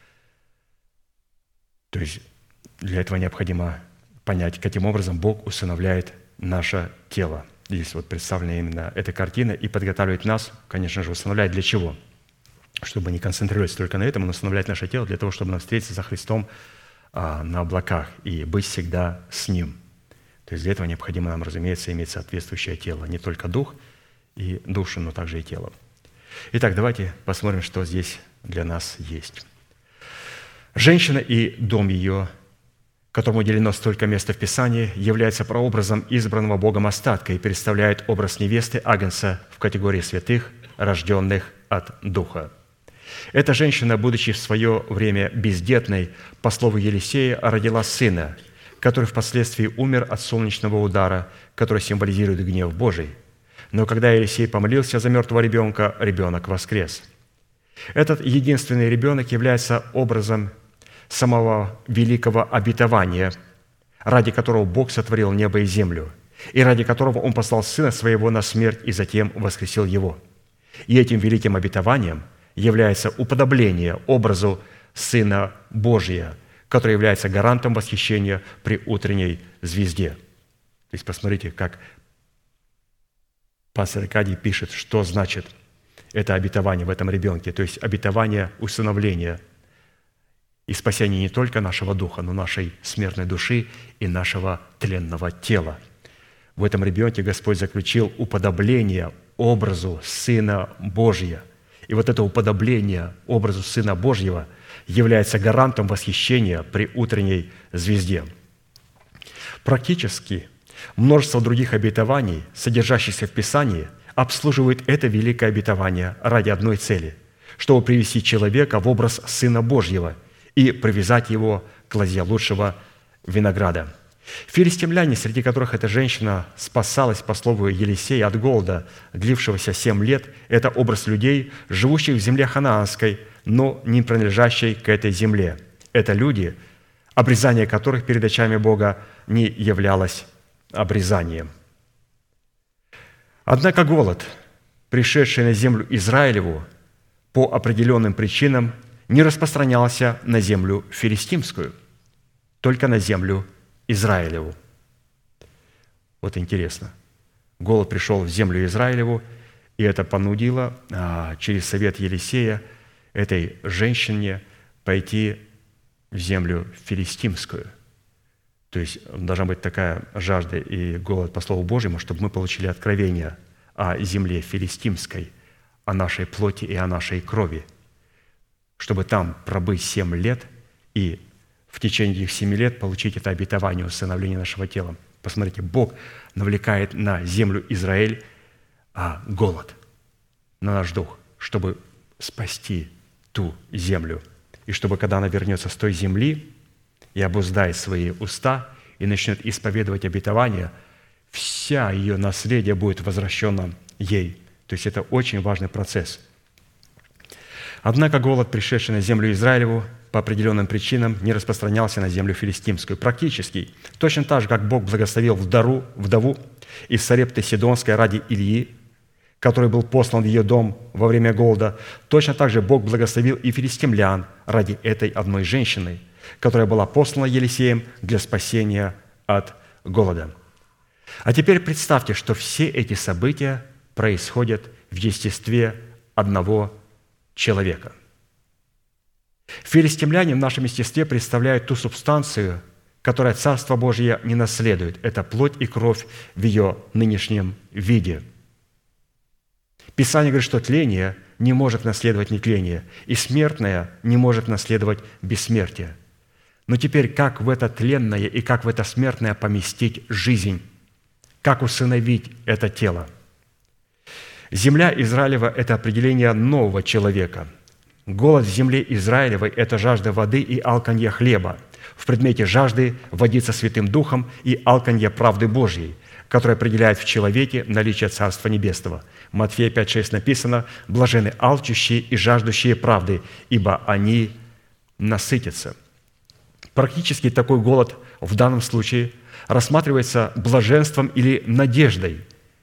То есть для этого необходимо понять, каким образом Бог усыновляет наше тело. Здесь вот представлена именно эта картина и подготавливает нас, конечно же, усыновляет для чего? Чтобы не концентрироваться только на этом, но усыновлять наше тело для того, чтобы нам встретиться за Христом а, на облаках и быть всегда с Ним. То есть для этого необходимо нам, разумеется, иметь соответствующее тело. Не только дух и душу, но также и тело. Итак, давайте посмотрим, что здесь для нас есть. Женщина и дом ее, которому уделено столько места в Писании, является прообразом избранного Богом остатка и представляет образ невесты Агнца в категории святых, рожденных от Духа. Эта женщина, будучи в свое время бездетной, по слову Елисея, родила сына, который впоследствии умер от солнечного удара, который символизирует гнев Божий. Но когда Елисей помолился за мертвого ребенка, ребенок воскрес. Этот единственный ребенок является образом самого великого обетования, ради которого Бог сотворил небо и землю, и ради которого Он послал Сына Своего на смерть и затем воскресил Его. И этим великим обетованием является уподобление образу Сына Божия, который является гарантом восхищения при утренней звезде. То есть посмотрите, как пастор Аркадий пишет, что значит это обетование в этом ребенке, то есть обетование усыновления и спасения не только нашего духа, но нашей смертной души и нашего тленного тела. В этом ребенке Господь заключил уподобление образу Сына Божия. И вот это уподобление образу Сына Божьего является гарантом восхищения при утренней звезде. Практически множество других обетований, содержащихся в Писании, обслуживают это великое обетование ради одной цели, чтобы привести человека в образ Сына Божьего и привязать его к лозе лучшего винограда. Филистимляне, среди которых эта женщина спасалась, по слову Елисея, от голода, длившегося семь лет, это образ людей, живущих в земле ханаанской, но не принадлежащей к этой земле. Это люди, обрезание которых перед очами Бога не являлось обрезанием. Однако голод, пришедший на землю Израилеву по определенным причинам, не распространялся на землю филистимскую, только на землю Израилеву. Вот интересно. Голод пришел в землю Израилеву, и это понудило а, через совет Елисея этой женщине пойти в землю филистимскую. То есть должна быть такая жажда и голод по Слову Божьему, чтобы мы получили откровение о земле филистимской, о нашей плоти и о нашей крови, чтобы там пробыть семь лет и в течение этих семи лет получить это обетование усыновления нашего тела. Посмотрите, Бог навлекает на землю Израиль а, голод, на наш дух, чтобы спасти ту землю. И чтобы, когда она вернется с той земли и обуздает свои уста и начнет исповедовать обетование, вся ее наследие будет возвращено ей. То есть это очень важный процесс. Однако голод, пришедший на землю Израилеву, по определенным причинам не распространялся на землю филистимскую. Практически, точно так же, как Бог благословил вдову, вдову из Сарепты Сидонской ради Ильи, который был послан в ее дом во время голода, точно так же Бог благословил и филистимлян ради этой одной женщины, которая была послана Елисеем для спасения от голода. А теперь представьте, что все эти события происходят в естестве одного человека. Филистимляне в нашем естестве представляют ту субстанцию, которая Царство Божье не наследует. Это плоть и кровь в ее нынешнем виде. Писание говорит, что тление не может наследовать нетление, и смертное не может наследовать бессмертие. Но теперь как в это тленное и как в это смертное поместить жизнь? Как усыновить это тело? Земля Израилева – это определение нового человека. Голод в земле Израилевой – это жажда воды и алканье хлеба. В предмете жажды водиться Святым Духом и алканье правды Божьей, которая определяет в человеке наличие Царства Небесного. Матфея пять шесть написано: «Блаженны алчущие и жаждущие правды, ибо они насытятся». Практически такой голод в данном случае рассматривается блаженством или надеждой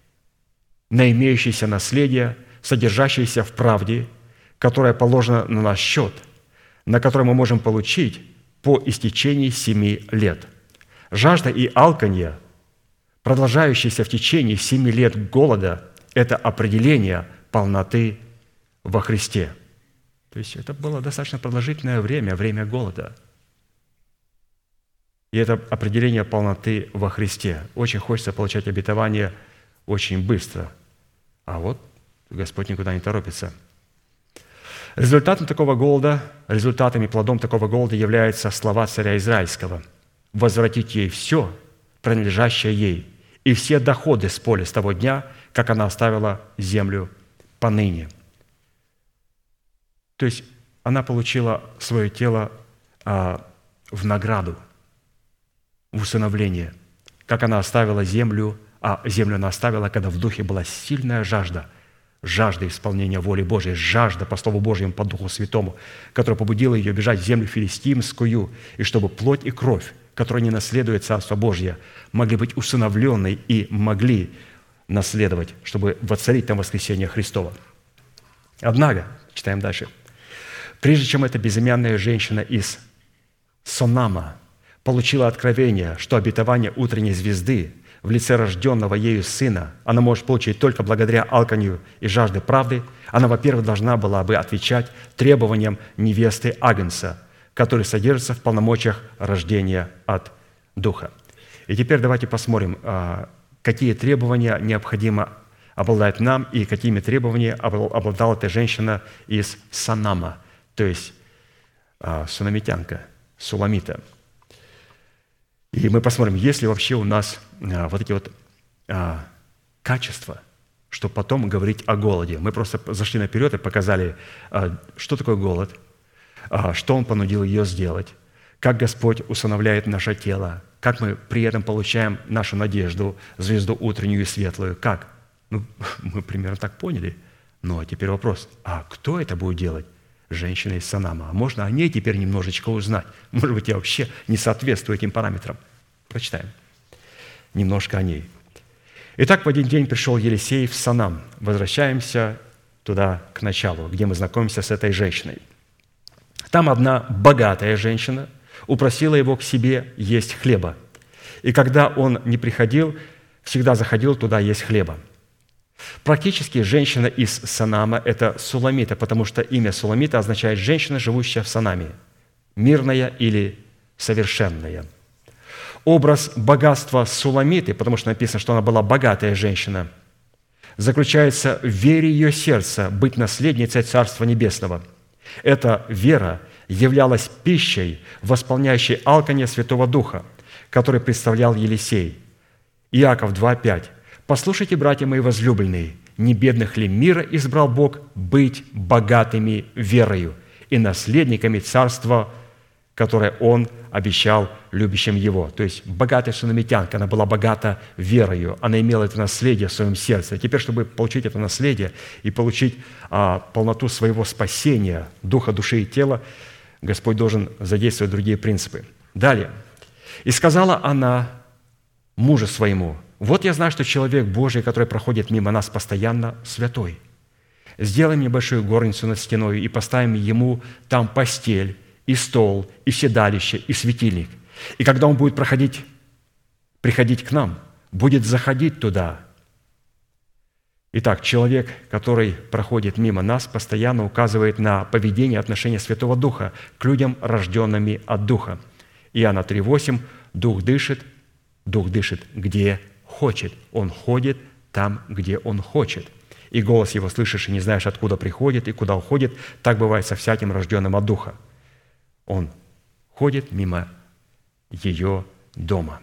на имеющееся наследие, содержащееся в правде, которое положено на наш счет, на которое мы можем получить по истечении семи лет. Жажда и алканье, продолжающиеся в течение семи лет голода, это определение полноты во Христе. То есть это было достаточно продолжительное время, время голода. И это определение полноты во Христе. Очень хочется получать обетование очень быстро. А вот Господь никуда не торопится. Результатом такого голода, результатом и плодом такого голода являются слова царя Израильского: «Возвратить ей все, принадлежащее ей, и все доходы с поля с того дня, как она оставила землю поныне». То есть она получила свое тело а, в награду, в усыновление, как она оставила землю, а землю она оставила, когда в духе была сильная жажда, жажда исполнения воли Божией, жажда по Слову Божьему, по Духу Святому, которая побудила ее бежать в землю филистимскую, и чтобы плоть и кровь, которая не наследует Царство Божье, могли быть усыновлены и могли наследовать, чтобы воцарить там воскресение Христово. Однако, читаем дальше, прежде чем эта безымянная женщина из Сонама получила откровение, что обетование утренней звезды в лице рожденного ею сына она может получить только благодаря алканью и жажде правды, она, во-первых, должна была бы отвечать требованиям невесты Агнца, который содержится в полномочиях рождения от Духа. И теперь давайте посмотрим, какие требования необходимо обладать нам и какими требованиями обладала эта женщина из Сонама, то есть сунамитянка, суламита. И мы посмотрим, есть ли вообще у нас а, вот эти вот а, качества, чтобы потом говорить о голоде. Мы просто зашли наперед и показали, а, что такое голод, а, что он понудил ее сделать, как Господь усыновляет наше тело, как мы при этом получаем нашу надежду, звезду утреннюю и светлую. Как? Ну, мы примерно так поняли. Ну, а теперь вопрос, а кто это будет делать? Женщина из Сонама. А можно о ней теперь немножечко узнать? Может быть, я вообще не соответствую этим параметрам. Прочитаем немножко о ней. Итак, в один день пришел Елисей в Сонам. Возвращаемся туда, к началу, где мы знакомимся с этой женщиной. Там одна богатая женщина упросила его к себе есть хлеба. И когда он не приходил, всегда заходил туда есть хлеба. Практически женщина из Санама – это Суламита, потому что имя Суламита означает «женщина, живущая в Санаме», мирная или совершенная. Образ богатства Суламиты, потому что написано, что она была богатая женщина, заключается в вере ее сердца быть наследницей Царства Небесного. Эта вера являлась пищей, восполняющей алканье Святого Духа, который представлял Елисей. Иаков два пять. «Послушайте, братья мои возлюбленные, не бедных ли мира избрал Бог быть богатыми верою и наследниками Царства, которое Он обещал любящим Его». То есть богатая шунамитянка, она была богата верою, она имела это наследие в своем сердце. И теперь, чтобы получить это наследие и получить а, полноту своего спасения, духа, души и тела, Господь должен задействовать другие принципы. Далее. «И сказала она мужу своему: вот я знаю, что человек Божий, который проходит мимо нас постоянно, святой. Сделаем небольшую горницу над стеной и поставим ему там постель, и стол, и седалище, и светильник. И когда он будет проходить, приходить к нам, будет заходить туда». Итак, человек, который проходит мимо нас, постоянно указывает на поведение и отношение Святого Духа к людям, рожденными от Духа. Иоанна три восемь. «Дух дышит, Дух дышит, где хочет. Он ходит там, где Он хочет. И голос Его слышишь, и не знаешь, откуда приходит и куда уходит. Так бывает со всяким рожденным от Духа». Он ходит мимо ее дома.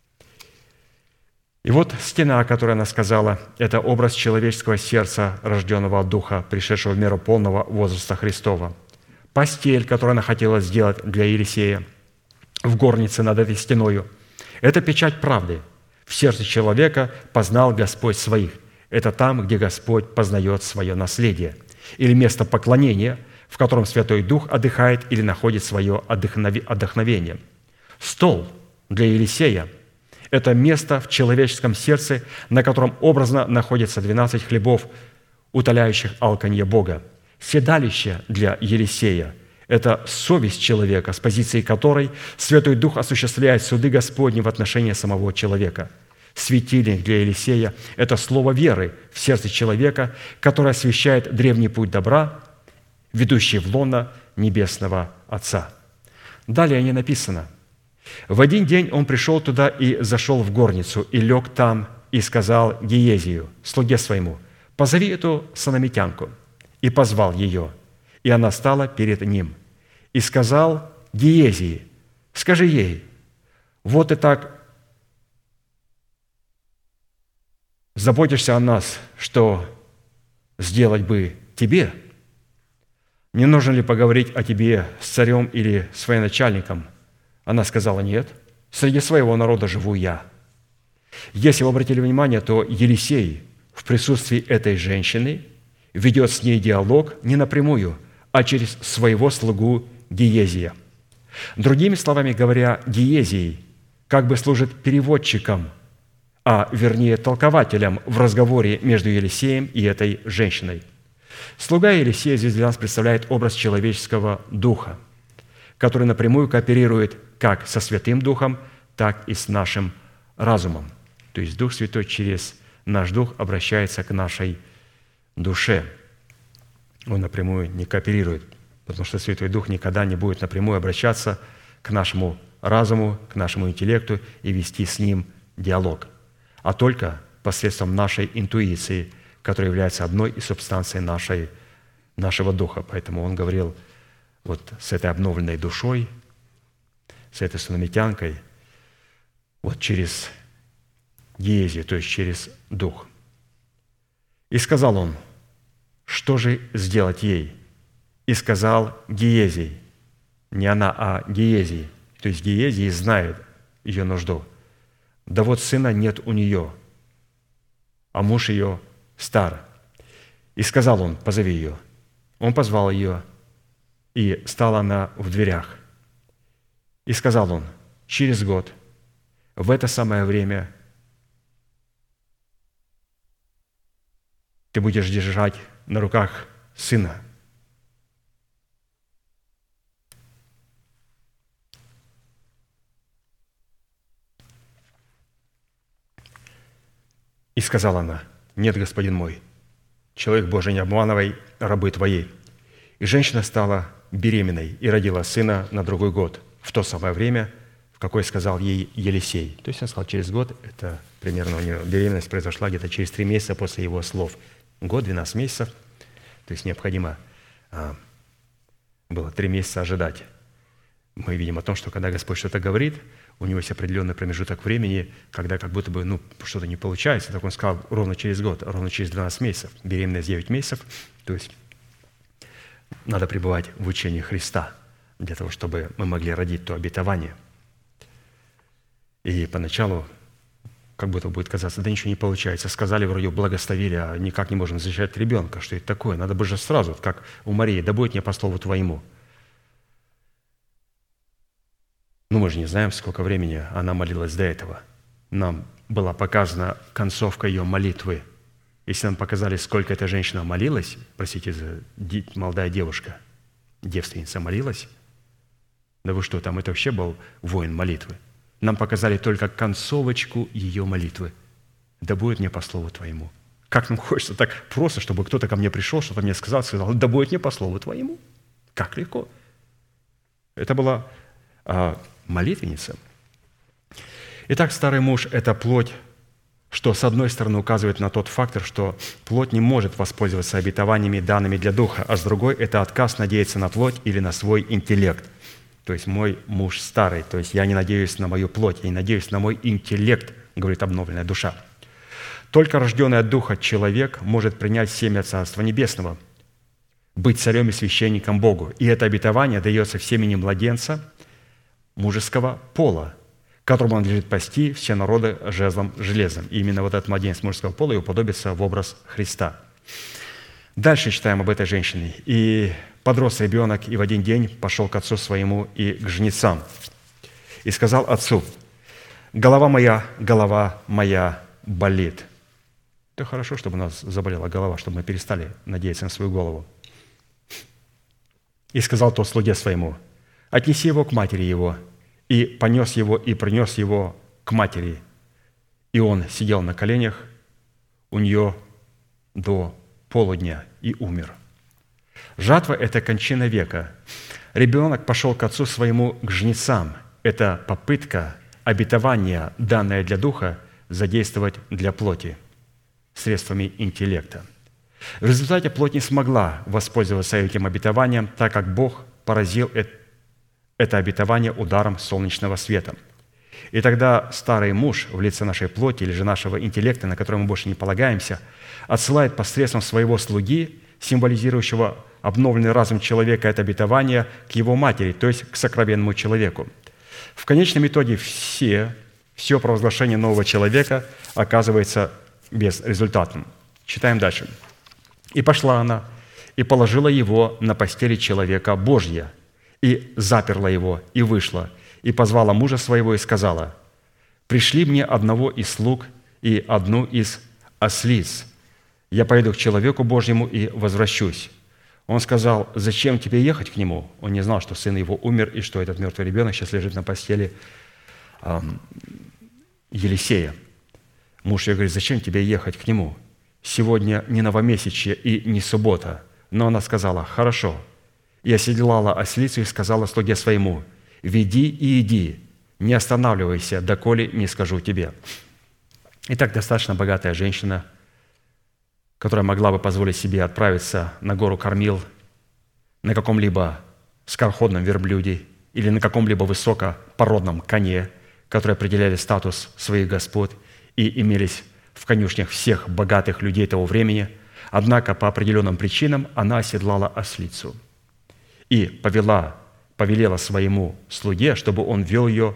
И вот стена, о которой она сказала, это образ человеческого сердца, рожденного от Духа, пришедшего в меру полного возраста Христова. Постель, которую она хотела сделать для Елисея в горнице над этой стеною, это печать правды. В сердце человека познал Господь своих. Это там, где Господь познает свое наследие. Или место поклонения, в котором Святой Дух отдыхает или находит свое отдохновение. Стол для Елисея – это место в человеческом сердце, на котором образно находятся двенадцать хлебов, утоляющих алканье Бога. Седалище для Елисея – это совесть человека, с позиции которой Святой Дух осуществляет суды Господни в отношении самого человека. Светильник для Елисея – это слово веры в сердце человека, которое освещает древний путь добра, ведущий в лоно Небесного Отца. Далее не написано: «В один день он пришел туда и зашел в горницу, и лег там, и сказал Гиезию, слуге своему: позови эту санамитянку». И позвал ее, и она стала перед ним. И сказал Гиезии: скажи ей: вот и так заботишься о нас, что сделать бы тебе? Не нужно ли поговорить о тебе с царем или с военачальником? Она сказала: нет, среди своего народа живу я. Если вы обратили внимание, то Елисей в присутствии этой женщины ведет с ней диалог не напрямую, а через своего слугу Гиезия. Другими словами говоря, Гиезий как бы служит переводчиком, а вернее толкователем в разговоре между Елисеем и этой женщиной. Слуга Елисея здесь для нас представляет образ человеческого духа, который напрямую кооперирует как со Святым Духом, так и с нашим разумом. То есть Дух Святой через наш дух обращается к нашей душе. Он напрямую не кооперирует, потому что Святой Дух никогда не будет напрямую обращаться к нашему разуму, к нашему интеллекту и вести с ним диалог, а только посредством нашей интуиции, которая является одной из субстанций нашей, нашего духа. Поэтому он говорил вот с этой обновленной душой, с этой сунамитянкой, вот через Гиезию, то есть через Дух. И сказал он: что же сделать ей? И сказал Гиезий, не она, а Гиезий, то есть Гиезий знает ее нужду. Да вот сына нет у нее, а муж ее стар. И сказал он: позови ее. Он позвал ее, и стала она в дверях. И сказал он: через год, в это самое время, ты будешь держать на руках сына. сказала она: «Нет, господин мой, человек Божий, не обманывай рабы твоей». И женщина стала беременной и родила сына на другой год, в то самое время, в какое сказал ей Елисей. То есть он сказал, через год, это примерно у нее беременность произошла где-то через три месяца после его слов. Год, двенадцать месяцев, то есть необходимо а, было три месяца ожидать. Мы видим о том, что когда Господь что-то говорит, у него есть определенный промежуток времени, когда как будто бы ну, что-то не получается. Так он сказал ровно через год, ровно через двенадцать месяцев. Беременность девять месяцев, то есть надо пребывать в учении Христа для того, чтобы мы могли родить то обетование. И поначалу как будто будет казаться, да ничего не получается. Сказали, вроде благословили, а никак не можем зачать ребенка. Что это такое? Надо бы же сразу, как у Марии, да будет мне по слову твоему. Ну, мы же не знаем, сколько времени она молилась до этого. Нам была показана концовка ее молитвы. Если нам показали, сколько эта женщина молилась, простите, молодая девушка, девственница молилась, да вы что, там это вообще был воин молитвы. Нам показали только концовочку ее молитвы. Да будет мне по слову твоему. Как нам хочется так просто, чтобы кто-то ко мне пришел, что-то мне сказал, сказал, да будет мне по слову твоему. Как легко. Это была а, молитвенница. Итак, старый муж – это плоть, что, с одной стороны, указывает на тот фактор, что плоть не может воспользоваться обетованиями, данными для духа, а с другой – это отказ надеяться на плоть или на свой интеллект. То есть мой муж старый, то есть я не надеюсь на мою плоть, я не надеюсь на мой интеллект, говорит обновленная душа. Только рожденный от Духа человек может принять семя Царства Небесного, быть царем и священником Богу. И это обетование дается в семени младенца мужеского пола, которому он надлежит пасти все народы жезлом железом. И именно вот этот младенец мужского пола и уподобится в образ Христа. Дальше читаем об этой женщине. «И подрос ребенок, и в один день пошел к отцу своему и к жнецам. И сказал отцу: голова моя, голова моя болит». Это хорошо, чтобы у нас заболела голова, чтобы мы перестали надеяться на свою голову. «И сказал то слуге своему: отнеси его к матери его. И понес его, и принес его к матери. И он сидел на коленях у нее до полудня и умер». Жатва – это кончина века. Ребенок пошел к отцу своему, к жнецам. Это попытка обетования, данное для духа, задействовать для плоти средствами интеллекта. В результате плоть не смогла воспользоваться этим обетованием, так как Бог поразил это обетование ударом солнечного света. И тогда старый муж в лице нашей плоти или же нашего интеллекта, на который мы больше не полагаемся, отсылает посредством своего слуги, символизирующего обновленный разум человека, это обетование к его матери, то есть к сокровенному человеку. В конечном итоге все, все провозглашение нового человека оказывается безрезультатным. Читаем дальше. «И пошла она, и положила его на постели человека Божья, и заперла его, и вышла, и позвала мужа своего, и сказала: пришли мне одного из слуг и одну из ослиц. Я пойду к человеку Божьему и возвращусь». Он сказал: зачем тебе ехать к нему? Он не знал, что сын его умер, и что этот мертвый ребенок сейчас лежит на постели эм, Елисея. Муж ее говорит: зачем тебе ехать к нему? Сегодня не новомесячье и не суббота. Но она сказала: хорошо. И оседлала ослицу и сказала слуге своему: веди и иди, не останавливайся, доколе не скажу тебе. Итак, достаточно богатая женщина, которая могла бы позволить себе отправиться на гору Кормил на каком-либо скороходном верблюде или на каком-либо высокопородном коне, которые определяли статус своих господ и имелись в конюшнях всех богатых людей того времени, однако по определенным причинам она оседлала ослицу и повела, повелела своему слуге, чтобы он вел ее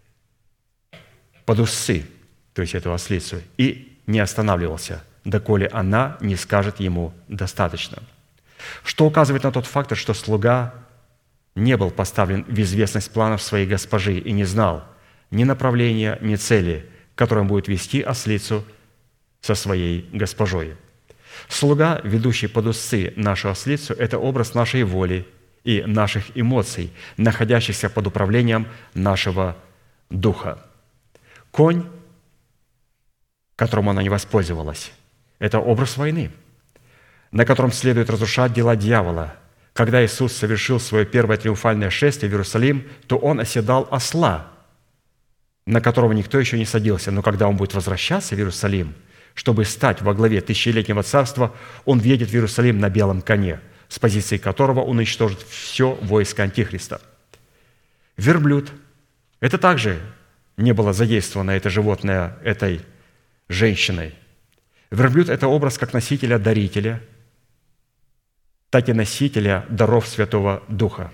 под усы, то есть эту ослицу, и не останавливался, доколе она не скажет ему достаточно. Что указывает на тот фактор, что слуга не был поставлен в известность планов своей госпожи и не знал ни направления, ни цели, которым будет вести ослицу со своей госпожой. Слуга, ведущий под усы нашу ослицу, это образ нашей воли и наших эмоций, находящихся под управлением нашего духа. Конь, которым она не воспользовалась. Это образ войны, на котором следует разрушать дела дьявола. Когда Иисус совершил свое первое триумфальное шествие в Иерусалим, то Он оседал осла, на которого никто еще не садился. Но когда Он будет возвращаться в Иерусалим, чтобы стать во главе тысячелетнего царства, Он въедет в Иерусалим на белом коне, с позиции которого Он уничтожит все войско Антихриста. Верблюд – это также не было задействовано, это животное, этой женщиной. Верблюд – это образ как носителя-дарителя, так и носителя даров Святого Духа.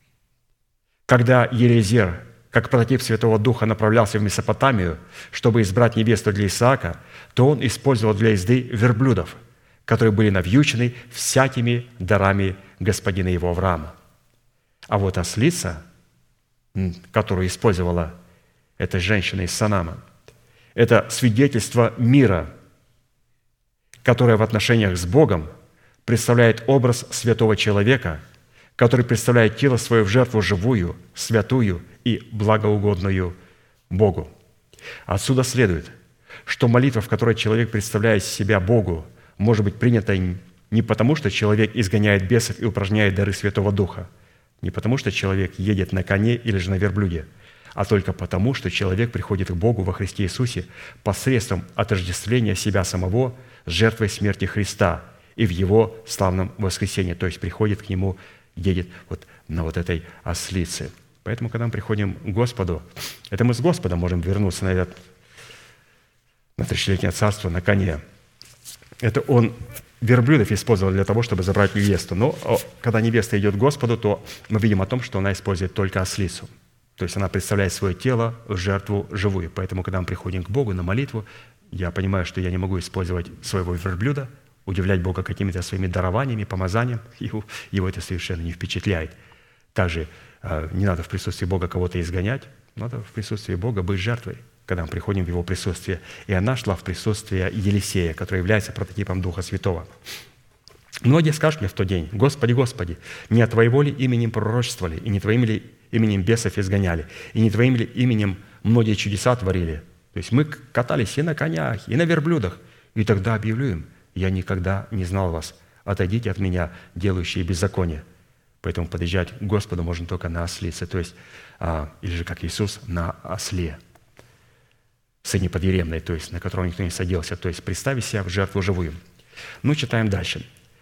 Когда Елизер, как прототип Святого Духа, направлялся в Месопотамию, чтобы избрать невесту для Исаака, то он использовал для езды верблюдов, которые были навьючены всякими дарами господина его Авраама. А вот ослица, которую использовала эта женщина из Санама, это свидетельство мира, которое в отношениях с Богом представляет образ святого человека, который представляет тело свое в жертву живую, святую и благоугодную Богу. Отсюда следует, что молитва, в которой человек представляет себя Богу, может быть принята не потому, что человек изгоняет бесов и упражняет дары Святого Духа, не потому, что человек едет на коне или же на верблюде, а только потому, что человек приходит к Богу во Христе Иисусе посредством отождествления себя самого с жертвой смерти Христа и в Его славном воскресении, то есть приходит к Нему, едет вот на вот этой ослице. Поэтому, когда мы приходим к Господу, это мы с Господом можем вернуться на этот на тысячелетнее царство на коне. Это Он верблюдов использовал для того, чтобы забрать невесту. Но когда невеста идет к Господу, то мы видим о том, что она использует только ослицу. То есть она представляет свое тело в жертву живую. Поэтому, когда мы приходим к Богу на молитву, я понимаю, что я не могу использовать своего верблюда, удивлять Бога какими-то своими дарованиями, помазанием. Его, его это совершенно не впечатляет. Также не надо в присутствии Бога кого-то изгонять, надо в присутствии Бога быть жертвой, когда мы приходим в Его присутствие. И она шла в присутствие Елисея, который является прототипом Духа Святого. Многие скажут мне в тот день: «Господи, Господи, не от Твоего ли именем пророчествовали, и не Твоим ли именем бесов изгоняли, и не Твоим ли именем многие чудеса творили?» То есть мы катались и на конях, и на верблюдах. И тогда объявлю им: «Я никогда не знал вас. Отойдите от меня, делающие беззаконие». Поэтому подъезжать к Господу можно только на ослице, то есть, а, или же как Иисус, на осле, сыне подъеремной, то есть на которого никто не садился, то есть представить себя в жертву живую. Ну, читаем дальше.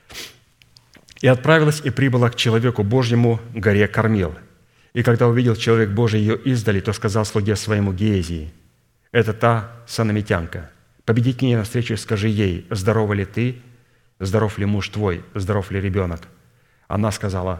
«И отправилась и прибыла к человеку Божьему горе Кармел. И когда увидел человек Божий ее издали, то сказал слуге своему Геезии: это та санамитянка. Победи к ней навстречу и скажи ей: здорова ли ты, здоров ли муж твой, здоров ли ребенок? Она сказала: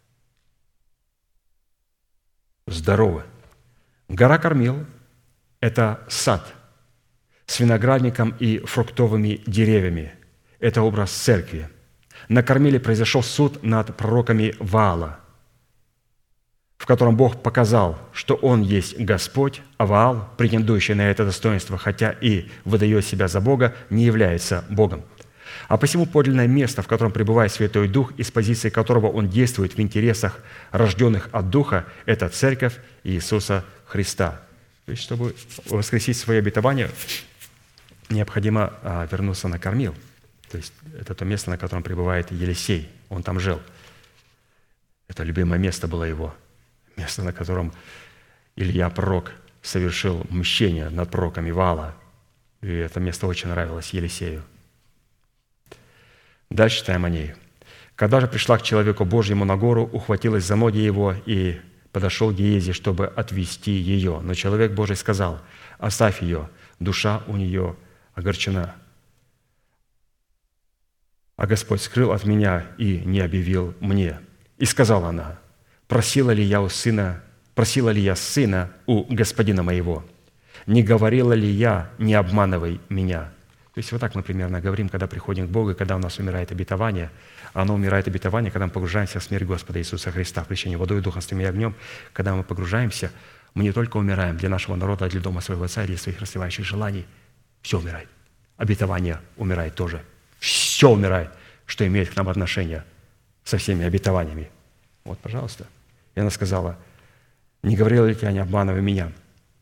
здорово». Гора Кармел – это сад с виноградником и фруктовыми деревьями. Это образ церкви. На Кармеле произошел суд над пророками Ваала, в котором Бог показал, что Он есть Господь, а Ваал, претендующий на это достоинство, хотя и выдает себя за Бога, не является Богом. А посему подлинное место, в котором пребывает Святой Дух, из позиции которого Он действует в интересах рожденных от Духа, это Церковь Иисуса Христа. То есть, чтобы воскресить свои обетования, необходимо вернуться на Кармел. То есть, это то место, на котором пребывает Елисей. Он там жил. Это любимое место было его. Место, на котором Илья, пророк, совершил мщение над пророками Ваала. И это место очень нравилось Елисею. Дальше читаем о ней. «Когда же пришла к человеку Божьему на гору, ухватилась за ноги его и подошел к Геези, чтобы отвести ее. Но человек Божий сказал: оставь ее, душа у нее огорчена. А Господь скрыл от меня и не объявил мне. И сказала она: просила ли я у сына, просила ли я сына у господина моего? Не говорила ли я: не обманывай меня?» То есть вот так мы примерно говорим, когда приходим к Богу, и когда у нас умирает обетование. Оно умирает обетование, когда мы погружаемся в смерть Господа Иисуса Христа, в крещение водой и духом, и огнем. Когда мы погружаемся, мы не только умираем для нашего народа, а для дома своего Отца, для своих расливающих желаний. Все умирает. Обетование умирает тоже. Все умирает, что имеет к нам отношение со всеми обетованиями. Вот, пожалуйста. И она сказала: не говорила ли я, не обманывай меня?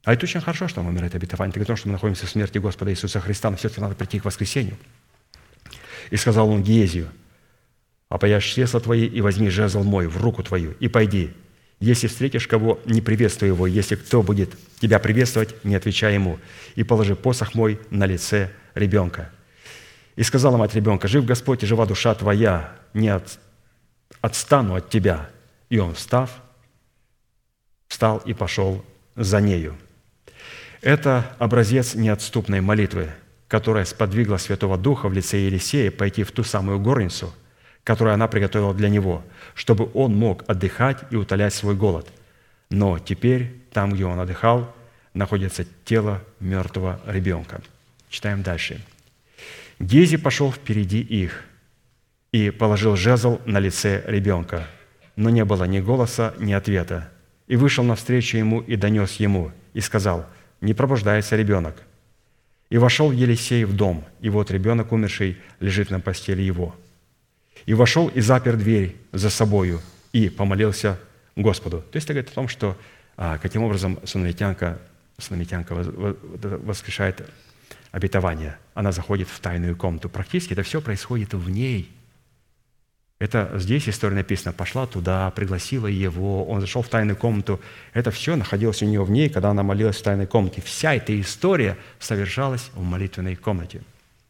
А это очень хорошо, что мы умерли, это обетование. Это говорит, что мы находимся в смерти Господа Иисуса Христа, но все-таки надо прийти к воскресению. И сказал он Гиезию: «Опояшь чресла твои и возьми жезл мой в руку твою, и пойди. Если встретишь кого, не приветствуй его. Если кто будет тебя приветствовать, не отвечай ему. И положи посох мой на лице ребенка». И сказала мать ребенка: «Жив Господь и жива душа твоя, не от... отстану от тебя». И он, встав, встал и пошел за нею. Это образец неотступной молитвы, которая сподвигла Святого Духа в лице Елисея пойти в ту самую горницу, которую она приготовила для него, чтобы он мог отдыхать и утолять свой голод. Но теперь, там, где он отдыхал, находится тело мертвого ребенка. Читаем дальше. «Гези пошел впереди их и положил жезл на лице ребенка, но не было ни голоса, ни ответа. И вышел навстречу ему и донес ему, и сказал: не пробуждается ребенок. И вошел Елисей в дом, и вот ребенок умерший лежит на постели его. И вошел и запер дверь за собою, и помолился Господу». То есть это говорит о том, что а, каким образом сунамитянка, сунамитянка воскрешает обетование. Она заходит в тайную комнату. Практически это все происходит в ней. Это здесь история написана: пошла туда, пригласила его, он зашел в тайную комнату. Это все находилось у нее в ней, когда она молилась в тайной комнате. Вся эта история совершалась в молитвенной комнате.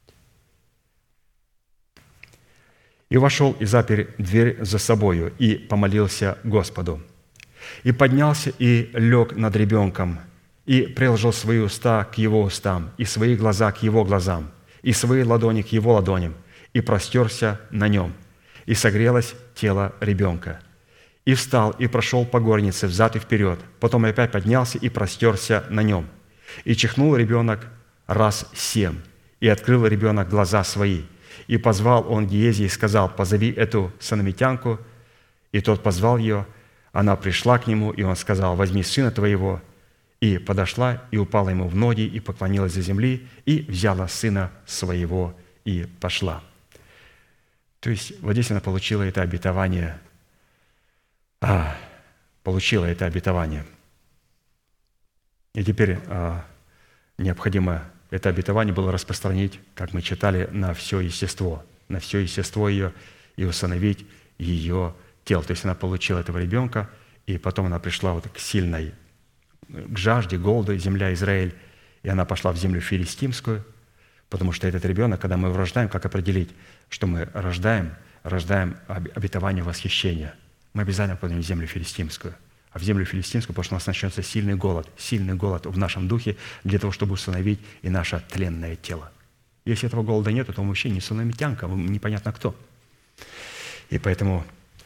«И вошел и запер дверь за собою, и помолился Господу. И поднялся и лег над ребенком, и приложил свои уста к его устам, и свои глаза к его глазам, и свои ладони к его ладоням, и простерся на нем. И согрелось тело ребенка. И встал, и прошел по горнице взад и вперед, потом опять поднялся и простерся на нем. И чихнул ребенок раз семь, и открыл ребенок глаза свои. И позвал он Гиези и сказал: позови эту сунамитянку. И тот позвал ее, она пришла к нему, и он сказал: возьми сына твоего. И подошла, и упала ему в ноги, и поклонилась за земли, и взяла сына своего, и пошла. То есть вот здесь она получила это обетование, а, получила это обетование. И теперь а, необходимо это обетование было распространить, как мы читали, на все естество, на все естество ее и усыновить ее тело. То есть она получила этого ребенка, и потом она пришла вот к сильной, к жажде, голоду, земля Израиль, и она пошла в землю филистимскую, потому что этот ребенок, когда мы его рождаем, как определить, что мы рождаем? Рождаем обетование восхищения. Мы обязательно попадем в землю филистимскую. А в землю филистимскую, потому что у нас начнется сильный голод, сильный голод в нашем духе для того, чтобы установить и наше тленное тело. Если этого голода нет, то мы вообще не сунамитянка, непонятно кто. И поэтому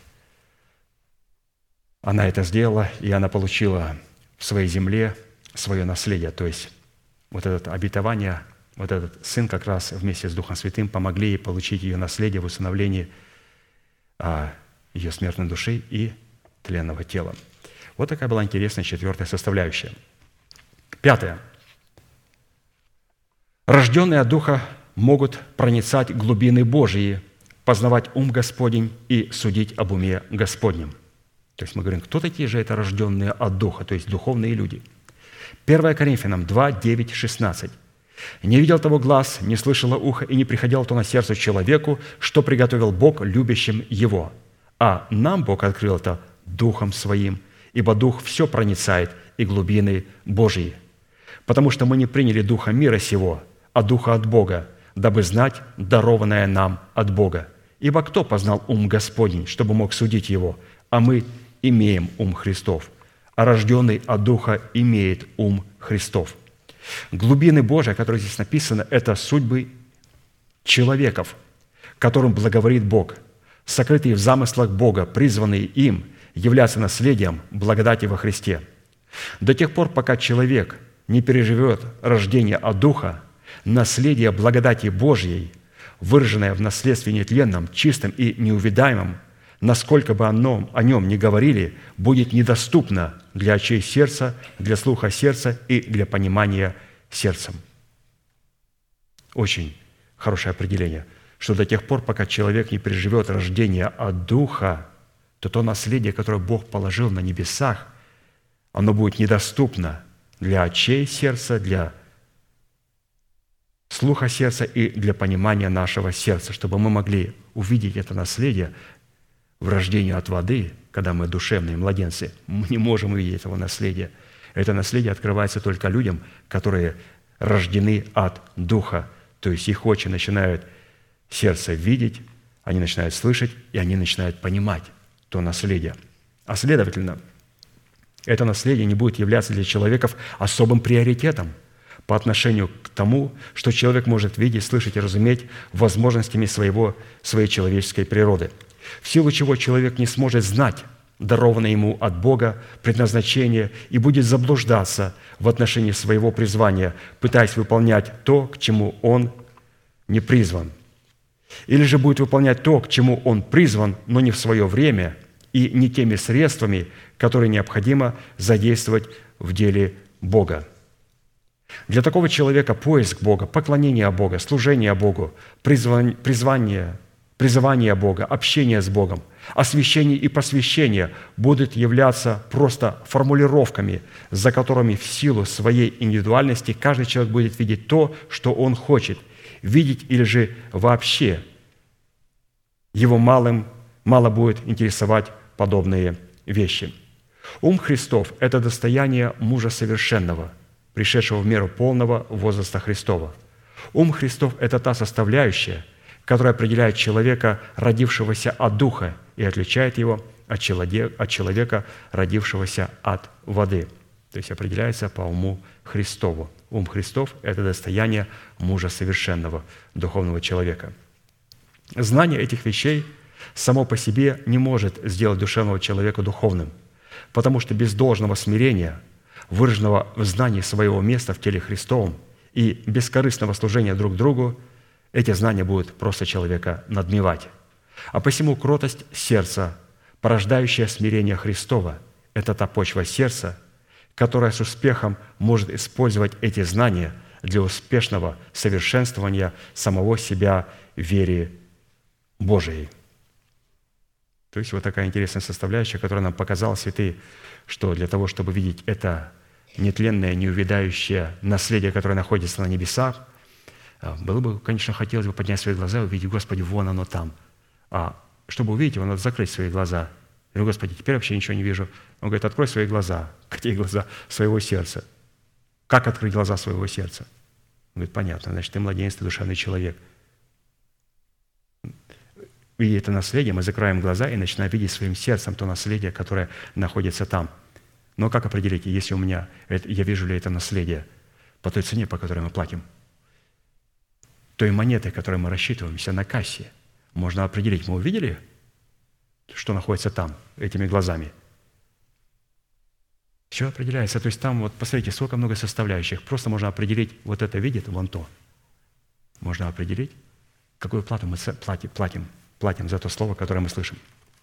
она это сделала, и она получила в своей земле свое наследие. То есть вот это обетование, вот этот сын как раз вместе с Духом Святым помогли ей получить ее наследие в усыновлении а, ее смертной души и тленного тела. Вот такая была интересная четвертая составляющая. Пятое. Рожденные от Духа могут проницать глубины Божьи, познавать ум Господень и судить об уме Господнем. То есть мы говорим, кто такие же это рожденные от Духа, то есть духовные люди. первое Коринфянам два, девять, шестнадцать. «Не видел того глаз, не слышало ухо, и не приходило то на сердце человеку, что приготовил Бог любящим его. А нам Бог открыл это Духом Своим, ибо Дух все проницает и глубины Божьи. Потому что мы не приняли Духа мира сего, а Духа от Бога, дабы знать дарованное нам от Бога. Ибо кто познал ум Господень, чтобы мог судить его? А мы имеем ум Христов, а рожденный от Духа имеет ум Христов». Глубины Божии, которые здесь написаны, это судьбы человеков, которым благоволит Бог, сокрытые в замыслах Бога, призванные им являться наследием благодати во Христе. До тех пор, пока человек не переживет рождение от Духа, наследие благодати Божьей, выраженное в наследстве нетленном, чистом и неувидаемом, насколько бы о нем, о нем ни говорили, будет недоступно для очей сердца, для слуха сердца и для понимания сердцем. Очень хорошее определение, что до тех пор, пока человек не переживет рождение от Духа, то то наследие, которое Бог положил на небесах, оно будет недоступно для очей сердца, для слуха сердца и для понимания нашего сердца, чтобы мы могли увидеть это наследие в рождении от воды, когда мы душевные младенцы. Мы не можем увидеть этого наследия. Это наследие открывается только людям, которые рождены от Духа, то есть их очи начинают сердце видеть, они начинают слышать, и они начинают понимать то наследие. А следовательно, это наследие не будет являться для человеков особым приоритетом по отношению к тому, что человек может видеть, слышать и разуметь возможностями своего, своей человеческой природы, в силу чего человек не сможет знать дарованное ему от Бога предназначение и будет заблуждаться в отношении своего призвания, пытаясь выполнять то, к чему он не призван. Или же будет выполнять то, к чему он призван, но не в свое время и не теми средствами, которые необходимо задействовать в деле Бога. Для такого человека поиск Бога, поклонение Бога, служение Богу, призвание, призвание, призывание Бога, общение с Богом, освящение и посвящение будут являться просто формулировками, за которыми в силу своей индивидуальности каждый человек будет видеть то, что он хочет видеть, или же вообще его малым, мало будет интересовать подобные вещи. Ум Христов – это достояние мужа совершенного, пришедшего в меру полного возраста Христова. Ум Христов – это та составляющая, которая определяет человека, родившегося от Духа, и отличает его от человека, родившегося от воды. То есть определяется по уму Христову. Ум Христов – это достояние мужа совершенного, духовного человека. Знание этих вещей само по себе не может сделать душевного человека духовным, потому что без должного смирения, выраженного в знании своего места в теле Христовом и бескорыстного служения друг другу, эти знания будут просто человека надмевать. А посему кротость сердца, порождающая смирение Христова, это та почва сердца, которая с успехом может использовать эти знания для успешного совершенствования самого себя в вере Божией. То есть вот такая интересная составляющая, которая нам показала, святые, что для того, чтобы видеть это нетленное, неувядающее наследие, которое находится на небесах, было бы, конечно, хотелось бы поднять свои глаза и увидеть: Господи, вон оно там. А чтобы увидеть его, надо закрыть свои глаза. Я говорю: Господи, теперь вообще ничего не вижу. Он говорит: открой свои глаза. Какие глаза? Своего сердца. Как открыть глаза своего сердца? Он говорит: понятно, значит, ты младенец, ты душевный человек. Видя это наследие, мы закроем глаза и начинаем видеть своим сердцем то наследие, которое находится там. Но как определить, если у меня, я вижу ли это наследие по той цене, по которой мы платим? Той монетой, которой мы рассчитываемся на кассе, можно определить. Мы увидели, что находится там, этими глазами? Все определяется. То есть там, вот посмотрите, сколько много составляющих. Просто можно определить, вот это видит, вон то. Можно определить, какую плату мы платим, платим, платим за то слово, которое мы слышим.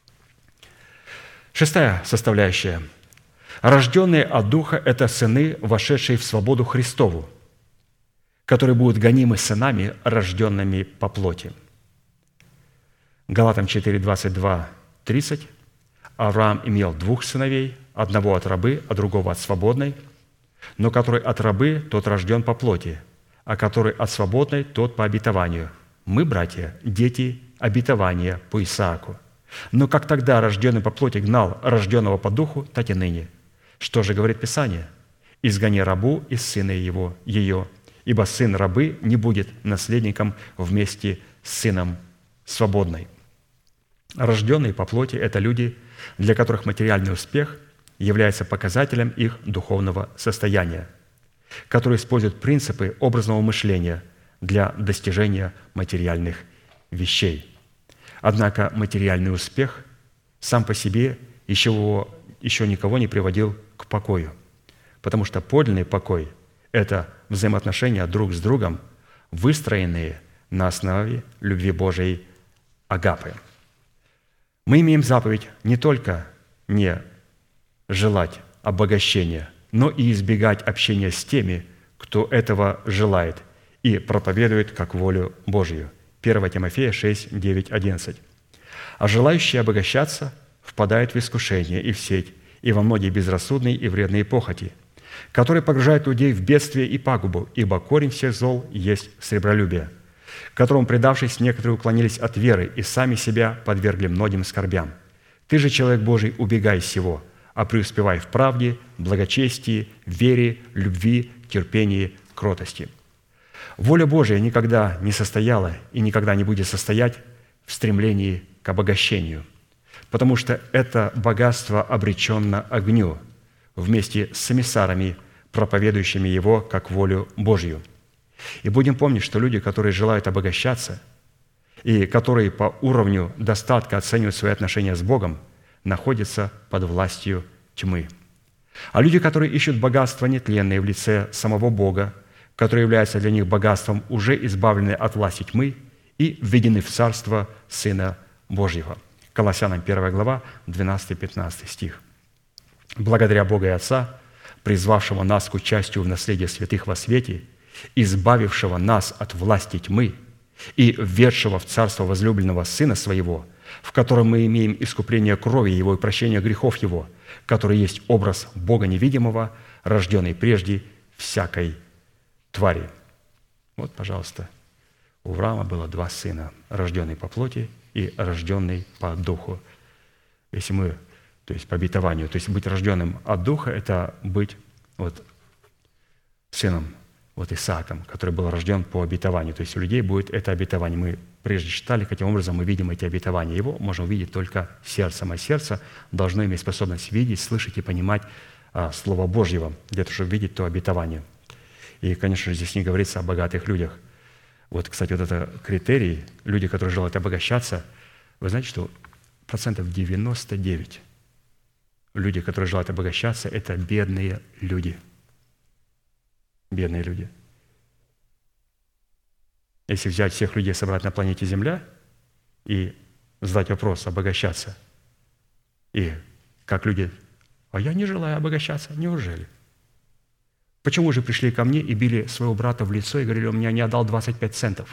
Шестая составляющая. Рожденные от Духа – это сыны, вошедшие в свободу Христову, которые будут гонимы сынами, рожденными по плоти. Галатам четыре, двадцать два, тридцать. Авраам имел двух сыновей, одного от рабы, а другого от свободной, но который от рабы, тот рожден по плоти, а который от свободной, тот по обетованию. Мы, братья, дети обетования по Исааку. Но как тогда рожденный по плоти гнал рожденного по духу, так и ныне. Что же говорит Писание? «Изгони рабу из сына его, ее, ибо сын рабы не будет наследником вместе с сыном свободной». Рожденные по плоти – это люди, для которых материальный успех является показателем их духовного состояния, которые используют принципы образного мышления для достижения материальных вещей. Однако материальный успех сам по себе еще, еще никого не приводил к покою, потому что подлинный покой – это взаимоотношения друг с другом, выстроенные на основе любви Божией агапы. Мы имеем заповедь не только не желать обогащения, но и избегать общения с теми, кто этого желает и проповедует как волю Божию. первое Тимофея шесть, девять, одиннадцать. «А желающие обогащаться впадают в искушение и в сеть, и во многие безрассудные и вредные похоти, который погружает людей в бедствие и пагубу, ибо корень всех зол есть сребролюбие, которому, предавшись, некоторые уклонились от веры и сами себя подвергли многим скорбям. Ты же, человек Божий, убегай сего, а преуспевай в правде, благочестии, вере, любви, терпении, кротости». Воля Божия никогда не состояла и никогда не будет состоять в стремлении к обогащению, потому что это богатство обреченно огню вместе с эмиссарами, проповедующими его как волю Божью. И будем помнить, что люди, которые желают обогащаться и которые по уровню достатка оценивают свои отношения с Богом, находятся под властью тьмы. А люди, которые ищут богатство нетленное в лице самого Бога, который является для них богатством, уже избавлены от власти тьмы и введены в царство Сына Божьего. Колоссянам первая глава, двенадцатый-пятнадцатый стих. «Благодаря Бога и Отца, призвавшего нас к участию в наследии святых во свете, избавившего нас от власти тьмы и введшего в царство возлюбленного Сына Своего, в котором мы имеем искупление крови Его и прощение грехов Его, который есть образ Бога невидимого, рожденный прежде всякой твари». Вот, пожалуйста, у Авраама было два сына, рожденный по плоти и рожденный по духу. Если мы, то есть по обетованию, то есть быть рожденным от духа – это быть вот сыном, вот Исааком, который был рожден по обетованию. То есть у людей будет это обетование. Мы прежде читали, каким образом мы видим эти обетования. Его можно увидеть только сердцем, а сердце должно иметь способность видеть, слышать и понимать а, Слово Божьего, для того, чтобы видеть то обетование. И, конечно же, здесь не говорится о богатых людях. Вот, кстати, вот это критерий, люди, которые желают обогащаться, вы знаете, что процентов девяносто девять люди, которые желают обогащаться, это бедные люди. Бедные люди. Если взять всех людей, собрать на планете Земля и задать вопрос обогащаться, и как люди, а я не желаю обогащаться, неужели? Почему же пришли ко мне и били своего брата в лицо и говорили, он мне не отдал двадцать пять центов?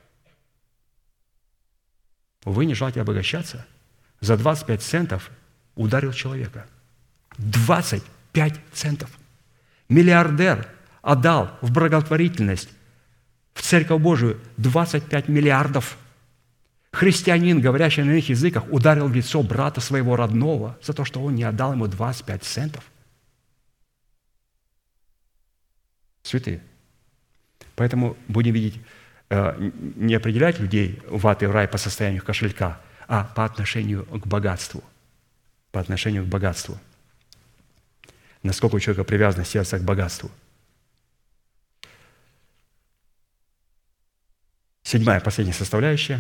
Вы не желаете обогащаться? За двадцать пять центов ударил человека. двадцать пять центов. Миллиардер отдал в благотворительность в Церковь Божию двадцать пять миллиардов. Христианин, говорящий на иных языках, ударил в лицо брата своего родного за то, что он не отдал ему двадцать пять центов. Святые. Поэтому будем видеть, не определять людей в ад и в рай по состоянию кошелька, а по отношению к богатству. По отношению к богатству. Насколько у человека привязано сердце к богатству. Седьмая, последняя составляющая.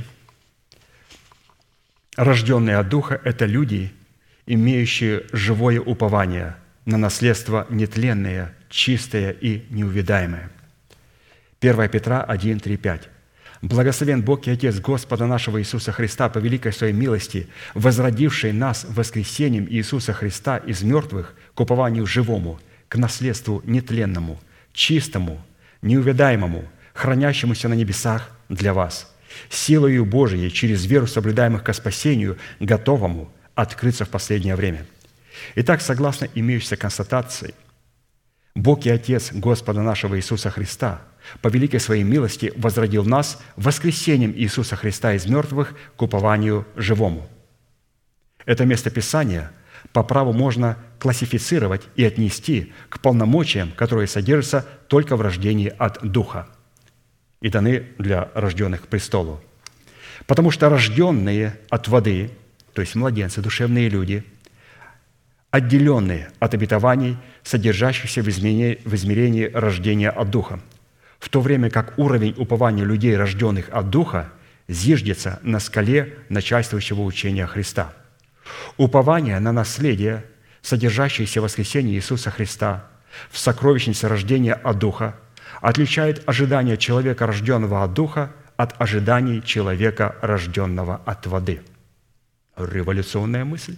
Рожденные от Духа – это люди, имеющие живое упование на наследство нетленное, чистое и неувядаемое. первое Петра один, три, пять. «Благословен Бог и Отец Господа нашего Иисуса Христа, по великой Своей милости, возродивший нас воскресением Иисуса Христа из мертвых к упованию живому, к наследству нетленному, чистому, неувядаемому, хранящемуся на небесах для вас, силою Божией через веру соблюдаемых ко спасению, готовому открыться в последнее время». Итак, согласно имеющейся констатации, Бог и Отец Господа нашего Иисуса Христа по великой Своей милости возродил нас воскресением Иисуса Христа из мертвых к упованию живому. Это местописание по праву можно классифицировать и отнести к полномочиям, которые содержатся только в рождении от Духа и даны для рожденных к престолу. Потому что рожденные от воды, то есть младенцы, душевные люди, отделенные от обетований, содержащихся в измерении, в измерении рождения от Духа, в то время как уровень упования людей, рожденных от Духа, зиждется на скале начальствующего учения Христа. Упование на наследие, содержащееся в воскресении Иисуса Христа, в сокровищнице рождения от Духа, отличает ожидания человека, рожденного от Духа, от ожиданий человека, рожденного от воды. Революционная мысль.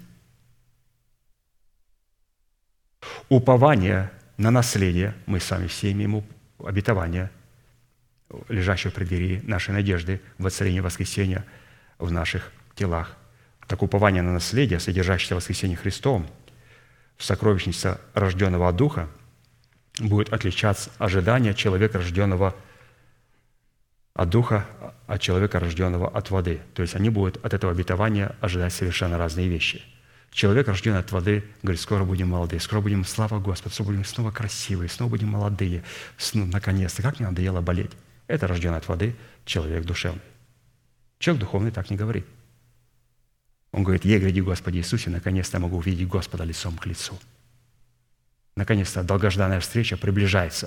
Упование на наследие, мы сами все имеем обетование, лежащее в преддверии нашей надежды, воцарения воскресения в наших телах. Так упование на наследие, содержащееся в воскресении Христовом, в сокровищнице рожденного от Духа, будет отличаться ожидание человека, рожденного от Духа, от человека, рожденного от воды. То есть они будут от этого обетования ожидать совершенно разные вещи. Человек, рожденный от воды, говорит: скоро будем молодые, скоро будем, слава Господу, скоро будем снова красивые, снова будем молодые, снова, наконец-то, как мне надоело болеть. Это рожденный от воды человек душевный. Человек духовный так не говорит. Он говорит: «Ей, гряди, Господи Иисусе, наконец-то я могу увидеть Господа лицом к лицу». Наконец-то долгожданная встреча приближается.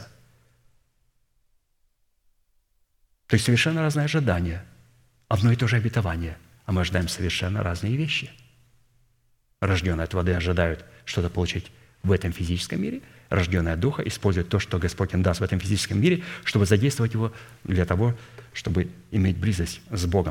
То есть совершенно разные ожидания, одно и то же обетование, а мы ожидаем совершенно разные вещи. Рожденные от воды ожидают что-то получить в этом физическом мире, рожденные от Духа используют то, что Господь им даст в этом физическом мире, чтобы задействовать его для того, чтобы иметь близость с Богом.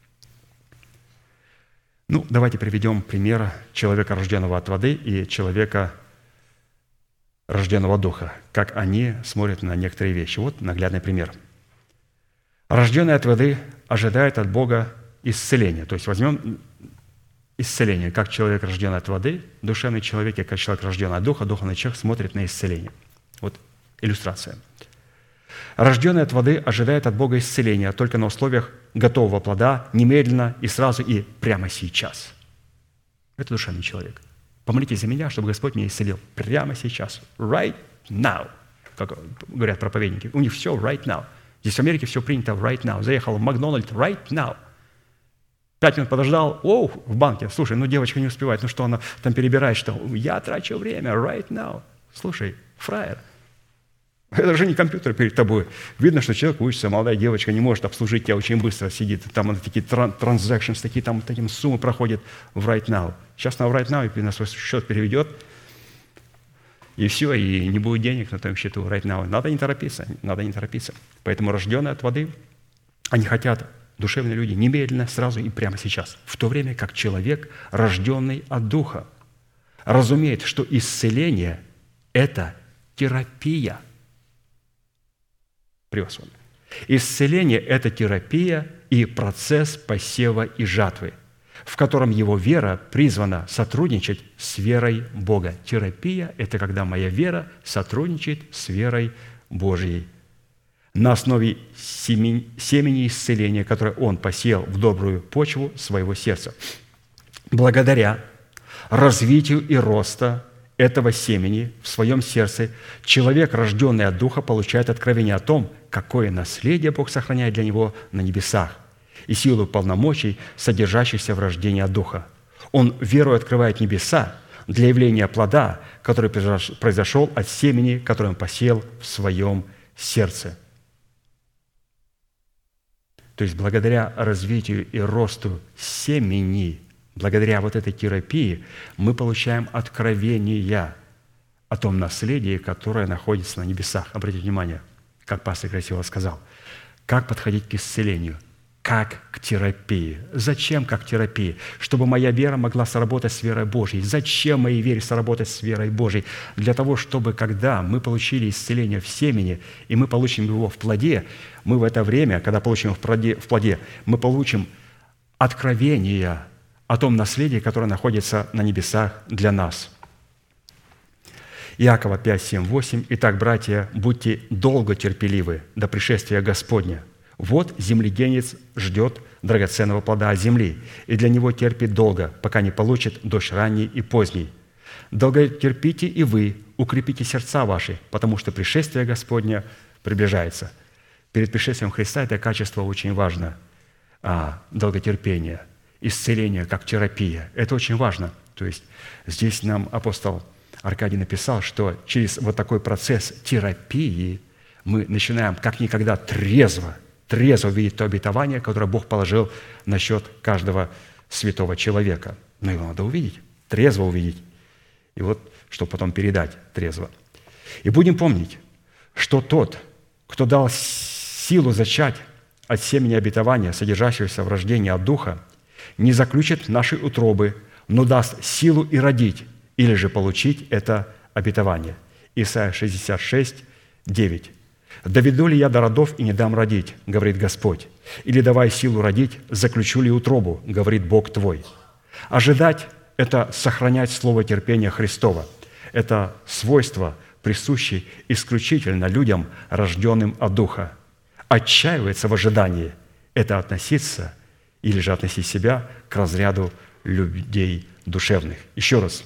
Ну, давайте приведем пример человека, рожденного от воды, и человека, рожденного от Духа, как они смотрят на некоторые вещи. Вот наглядный пример. Рожденный от воды ожидает от Бога исцеления. То есть возьмем исцеление, как человек, рожденный от воды, душевный человек, и как человек, рожденный от Духа, духовный человек смотрит на исцеление. Вот иллюстрация. Рожденный от воды ожидает от Бога исцеления только на условиях готового плода, немедленно и сразу, и прямо сейчас. Это душевный человек. Помолитесь за меня, чтобы Господь меня исцелил прямо сейчас. Right now. Как говорят проповедники. У них все right now. Здесь в Америке все принято right now. Заехал в Макдональдс right now. Пять минут подождал, оу, в банке. Слушай, ну девочка не успевает, ну что она там перебирает, что я трачу время right now. Слушай, фраер, это же не компьютер перед тобой. Видно, что человек учится, молодая девочка не может обслужить тебя, очень быстро сидит. Там она такие transactions, такие там такие суммы проходят в right now. Сейчас она в right now и на свой счет переведет, и все, и не будет денег на твоем счету right now. Надо не торопиться, надо не торопиться. Поэтому рожденные от воды, они хотят, душевные люди, немедленно, сразу и прямо сейчас. В то время как человек, рожденный от Духа, разумеет, что исцеление – это терапия. Превосходно. Исцеление – это терапия и процесс посева и жатвы, в котором его вера призвана сотрудничать с верой Бога. Терапия – это когда моя вера сотрудничает с верой Божьей на основе семени, семени исцеления, которое Он посеял в добрую почву своего сердца. Благодаря развитию и росту этого семени в своем сердце человек, рожденный от Духа, получает откровение о том, какое наследие Бог сохраняет для него на небесах и силу полномочий, содержащихся в рождении от Духа. Он верой открывает небеса для явления плода, который произошел от семени, которое он посеял в своем сердце. То есть благодаря развитию и росту семени, благодаря вот этой терапии, мы получаем откровение о том наследии, которое находится на небесах. Обратите внимание, как пастор красиво сказал, как подходить к исцелению, как к терапии. Зачем как терапии? Чтобы моя вера могла сработать с верой Божьей. Зачем моей вере сработать с верой Божьей? Для того, чтобы когда мы получили исцеление в семени, и мы получим его в плоде, мы в это время, когда получим его в плоде, в плоде мы получим откровение о том наследии, которое находится на небесах для нас. Иакова пять, семь, восемь. «Итак, братья, будьте долго терпеливы до пришествия Господня. Вот земледенец ждет драгоценного плода от земли, и для него терпит долго, пока не получит дождь ранний и поздний. Долго терпите и вы, укрепите сердца ваши, потому что пришествие Господня приближается». Перед пришествием Христа это качество очень важно. А, долготерпение, исцеление как терапия. Это очень важно. То есть здесь нам апостол Аркадий написал, что через вот такой процесс терапии мы начинаем как никогда трезво, трезво видеть то обетование, которое Бог положил на счет каждого святого человека. Но его надо увидеть, трезво увидеть. И вот, чтобы потом передать трезво. И будем помнить, что тот, кто дал силу зачать от семени обетования, содержащегося в рождении от Духа, не заключит нашей утробы, но даст силу и родить, или же получить это обетование. Исайя шестьдесят шесть, девять. «Доведу ли я до родов и не дам родить, говорит Господь, или давая силу родить, заключу ли утробу, говорит Бог твой». Ожидать – это сохранять слово терпения Христова. Это свойство присущий исключительно людям, рожденным от Духа. Отчаивается в ожидании – это относиться или же относить себя к разряду людей душевных. Еще раз.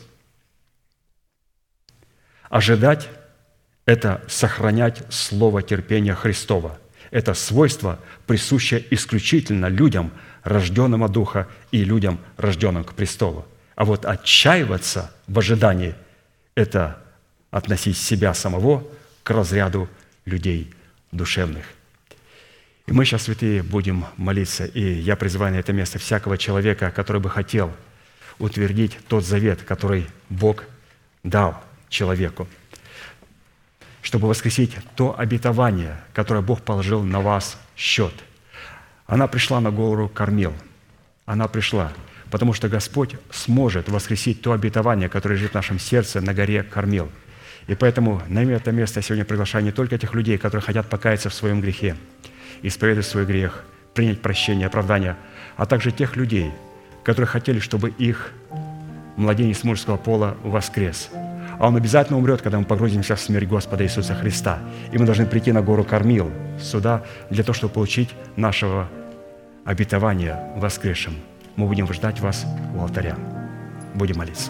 Ожидать – это сохранять слово терпения Христова. Это свойство, присущее исключительно людям, рожденным от Духа, и людям, рожденным к престолу. А вот отчаиваться в ожидании – это относить себя самого к разряду людей душевных. И мы сейчас, святые, будем молиться, и я призываю на это место всякого человека, который бы хотел утвердить тот завет, который Бог дал человеку, чтобы воскресить то обетование, которое Бог положил на вас счет. Она пришла на гору Кармел. Она пришла, потому что Господь сможет воскресить то обетование, которое лежит в нашем сердце на горе Кармел. И поэтому на это место я сегодня приглашаю не только тех людей, которые хотят покаяться в своем грехе, исповедовать свой грех, принять прощение, оправдание, а также тех людей, которые хотели, чтобы их младенец мужского пола воскрес. А он обязательно умрет, когда мы погрузимся в смерть Господа Иисуса Христа. И мы должны прийти на гору Кармил сюда для того, чтобы получить нашего обетования воскресшим. Мы будем ждать вас у алтаря. Будем молиться.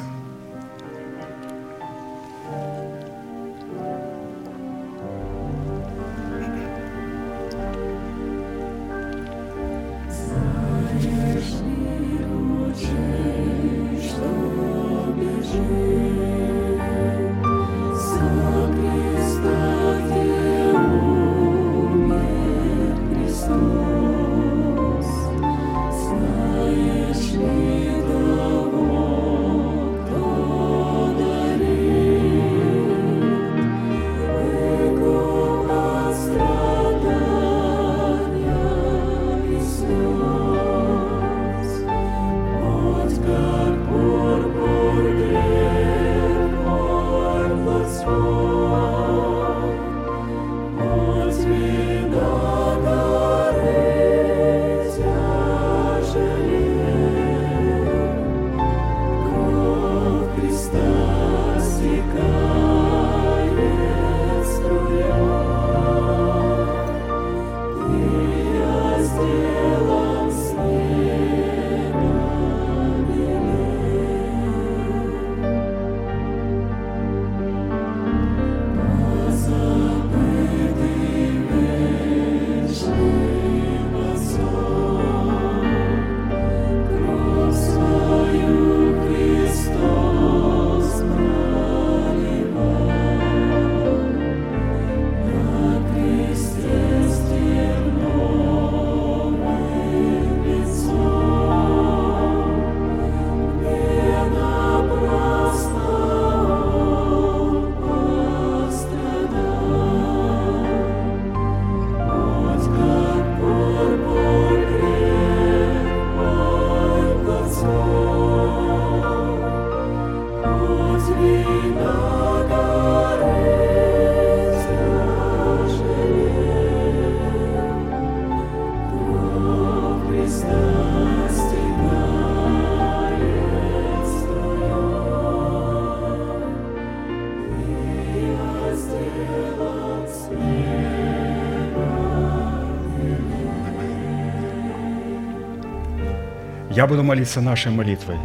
Я буду молиться нашей молитвой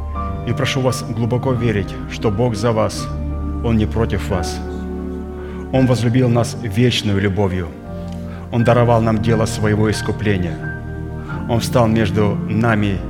и прошу вас глубоко верить, что Бог за вас, Он не против вас. Он возлюбил нас вечную любовью. Он даровал нам дело своего искупления. Он встал между нами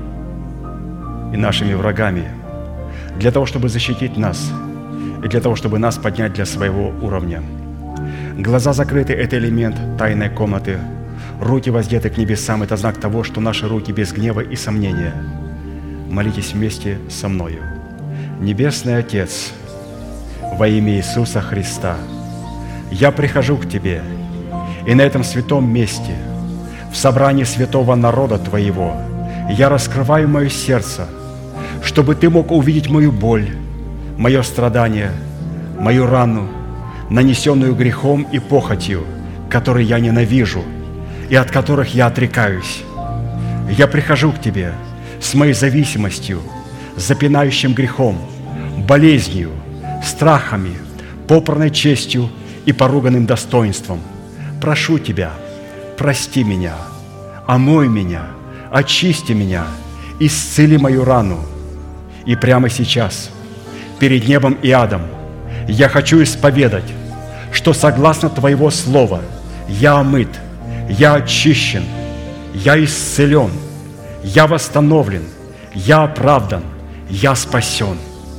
и нашими врагами для того, чтобы защитить нас и для того, чтобы нас поднять для своего уровня. Глаза закрыты – это элемент тайной комнаты. Руки воздеты к небесам – это знак того, что наши руки без гнева и сомнения. Молитесь вместе со мною. Небесный Отец, во имя Иисуса Христа, я прихожу к Тебе, и на этом святом месте, в собрании святого народа Твоего, я раскрываю мое сердце, чтобы Ты мог увидеть мою боль, мое страдание, мою рану, нанесенную грехом и похотью, которые я ненавижу и от которых я отрекаюсь. Я прихожу к Тебе с моей зависимостью, запинающим грехом, болезнью, страхами, попранной честью и поруганным достоинством. Прошу Тебя, прости меня, омой меня, очисти меня, исцели мою рану. И прямо сейчас, перед небом и адом, я хочу исповедать, что согласно Твоего Слова я омыт, я очищен, я исцелен, я восстановлен, я оправдан, я спасен.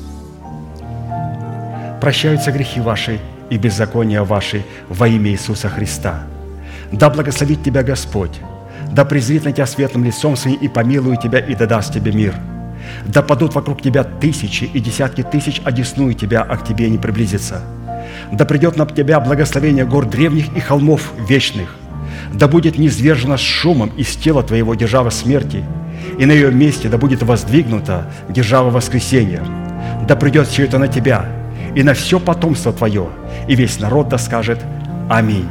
Прощаются грехи ваши и беззакония ваши во имя Иисуса Христа. Да благословит тебя Господь, да презрит на тебя светлым лицом своим и помилует тебя и да даст тебе мир. Да падут вокруг тебя тысячи и десятки тысяч, одесную тебя, а к тебе не приблизится. Да придет на тебя благословение гор древних и холмов вечных. Да будет низвержена с шумом из тела твоего держава смерти, и на ее месте да будет воздвигнута держава воскресения. Да придет все это на тебя и на все потомство твое, и весь народ да скажет Аминь.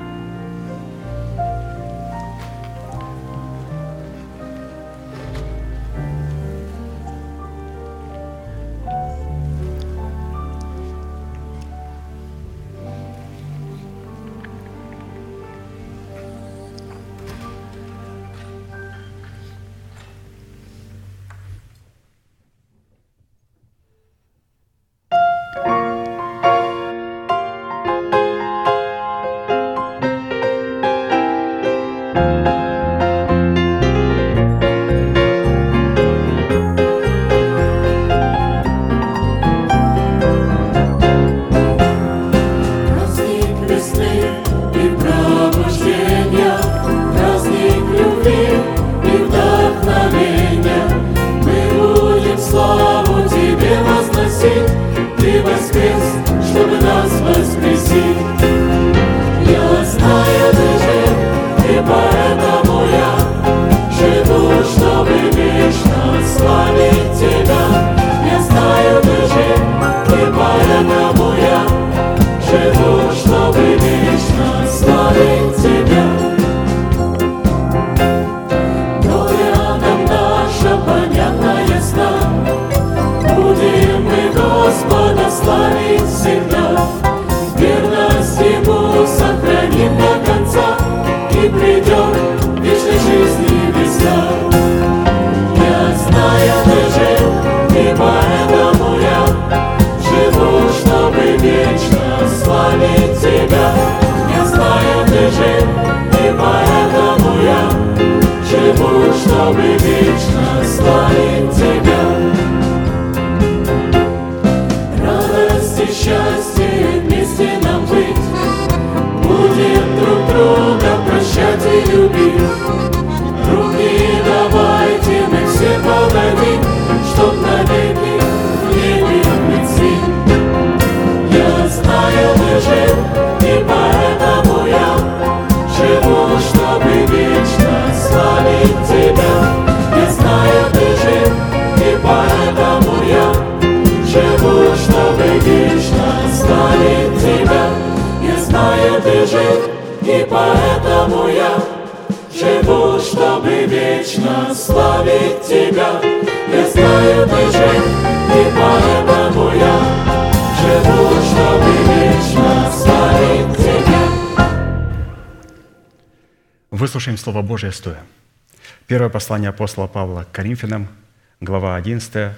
Выслушаем Слово Божие стоя. Первое послание апостола Павла к Коринфянам, глава одиннадцатая,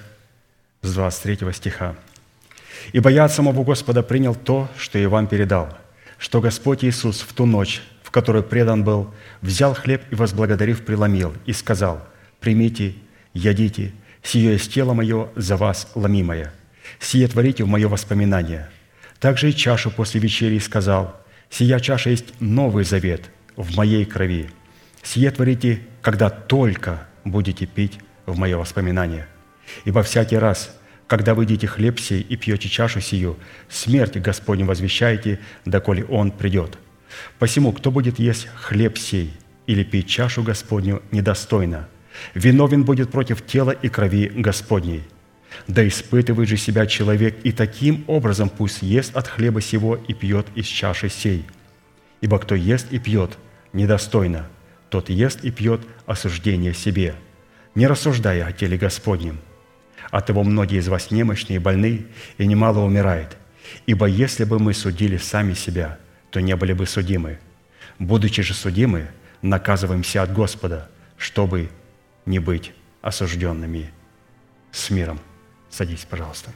с двадцать третьего стиха. «Ибо я от самого Господа принял то, что и вам передал, что Господь Иисус в ту ночь, в которую предан был, взял хлеб и, возблагодарив, преломил и сказал: примите, ядите, сие есть тело мое за вас ломимое, сие творите в мое воспоминание. Также и чашу после вечери сказал: сия чаша есть новый завет в моей крови. Сие творите, когда только будете пить в мое воспоминание. Ибо всякий раз, когда вы едите хлеб сей и пьете чашу сию, смерть Господню возвещаете, доколе Он придет. Посему, кто будет есть хлеб сей или пить чашу Господню недостойно, виновен будет против тела и крови Господней. Да испытывает же себя человек, и таким образом пусть ест от хлеба сего и пьет из чаши сей. Ибо кто ест и пьет недостойно, тот ест и пьет осуждение себе, не рассуждая о теле Господнем. Оттого многие из вас немощные и больны, и немало умирает. Ибо если бы мы судили сами себя, то не были бы судимы. Будучи же судимы, наказываемся от Господа, чтобы не быть осужденными с миром». Садись, пожалуйста.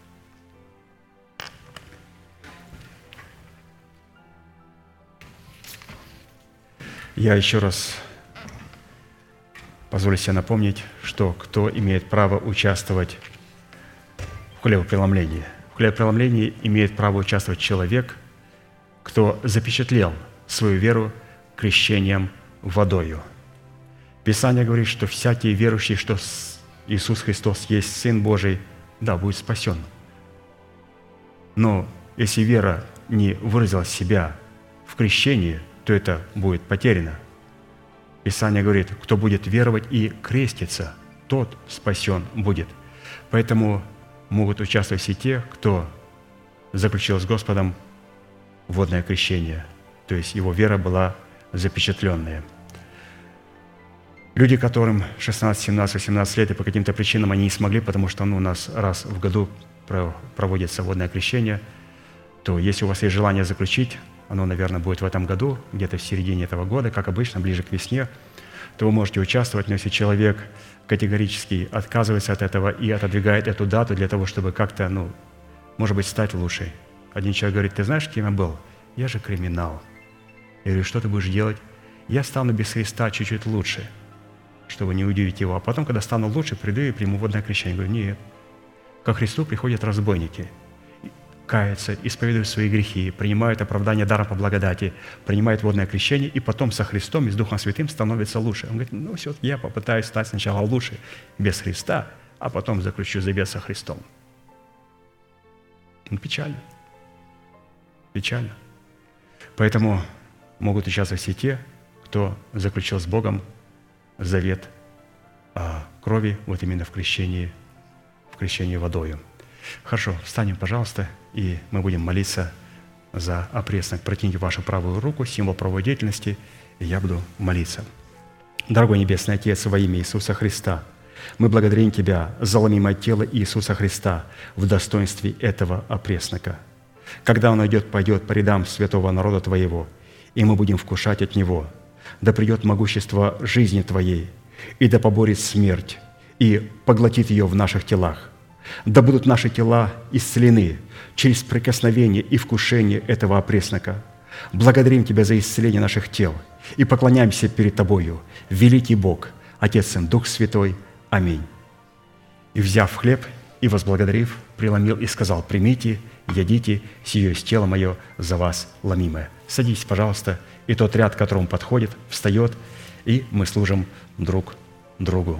Я еще раз позволю себе напомнить, что кто имеет право участвовать в хлебопреломлении. В хлебопреломлении имеет право участвовать человек, кто запечатлел свою веру крещением водою. Писание говорит, что всякий верующий, что Иисус Христос есть Сын Божий, да, будет спасен. Но если вера не выразила себя в крещении, то это будет потеряно. Писание говорит, кто будет веровать и креститься, тот спасен будет. Поэтому могут участвовать все те, кто заключил с Господом водное крещение, то есть его вера была запечатленная. Люди, которым шестнадцать, семнадцать, восемнадцать лет, и по каким-то причинам они не смогли, потому что ну, у нас раз в году проводится водное крещение, то если у вас есть желание заключить, оно, наверное, будет в этом году, где-то в середине этого года, как обычно, ближе к весне, то вы можете участвовать, но если человек категорически отказывается от этого и отодвигает эту дату для того, чтобы как-то, ну, может быть, стать лучше. Один человек говорит: ты знаешь, кем я был? Я же криминал. Я говорю: что ты будешь делать? Я стану без Христа чуть-чуть лучше, чтобы не удивить его. А потом, когда стану лучше, приду и приму водное крещение. Я говорю: нет. Ко Христу приходят разбойники, каются, исповедуют свои грехи, принимают оправдание даром по благодати, принимают водное крещение, и потом со Христом и с Духом Святым становятся лучше. Он говорит: ну, все-таки я попытаюсь стать сначала лучше без Христа, а потом заключу завет со Христом. Ну, печально. Печально. Поэтому могут участвовать все те, кто заключил с Богом завет о крови, вот именно в крещении, в крещении водою. Хорошо, встанем, пожалуйста, и мы будем молиться за опреснок. Протяните вашу правую руку, символ правовой деятельности, и я буду молиться. Дорогой Небесный Отец, во имя Иисуса Христа, мы благодарим Тебя за ломимое тело Иисуса Христа в достоинстве этого опреснока. Когда Он идет, пойдет по рядам святого народа Твоего, и мы будем вкушать от Него. Да придет могущество жизни Твоей, и да поборет смерть, и поглотит ее в наших телах. Да будут наши тела исцелены через прикосновение и вкушение этого опреснока. Благодарим Тебя за исцеление наших тел и поклоняемся перед Тобою, великий Бог, Отец, Сын, Дух Святой. Аминь. И, взяв хлеб и возблагодарив, преломил и сказал: примите, едите, сие есть тело мое за вас ломимое. Садитесь, пожалуйста, и тот ряд, к которому подходит, встает, и мы служим друг другу.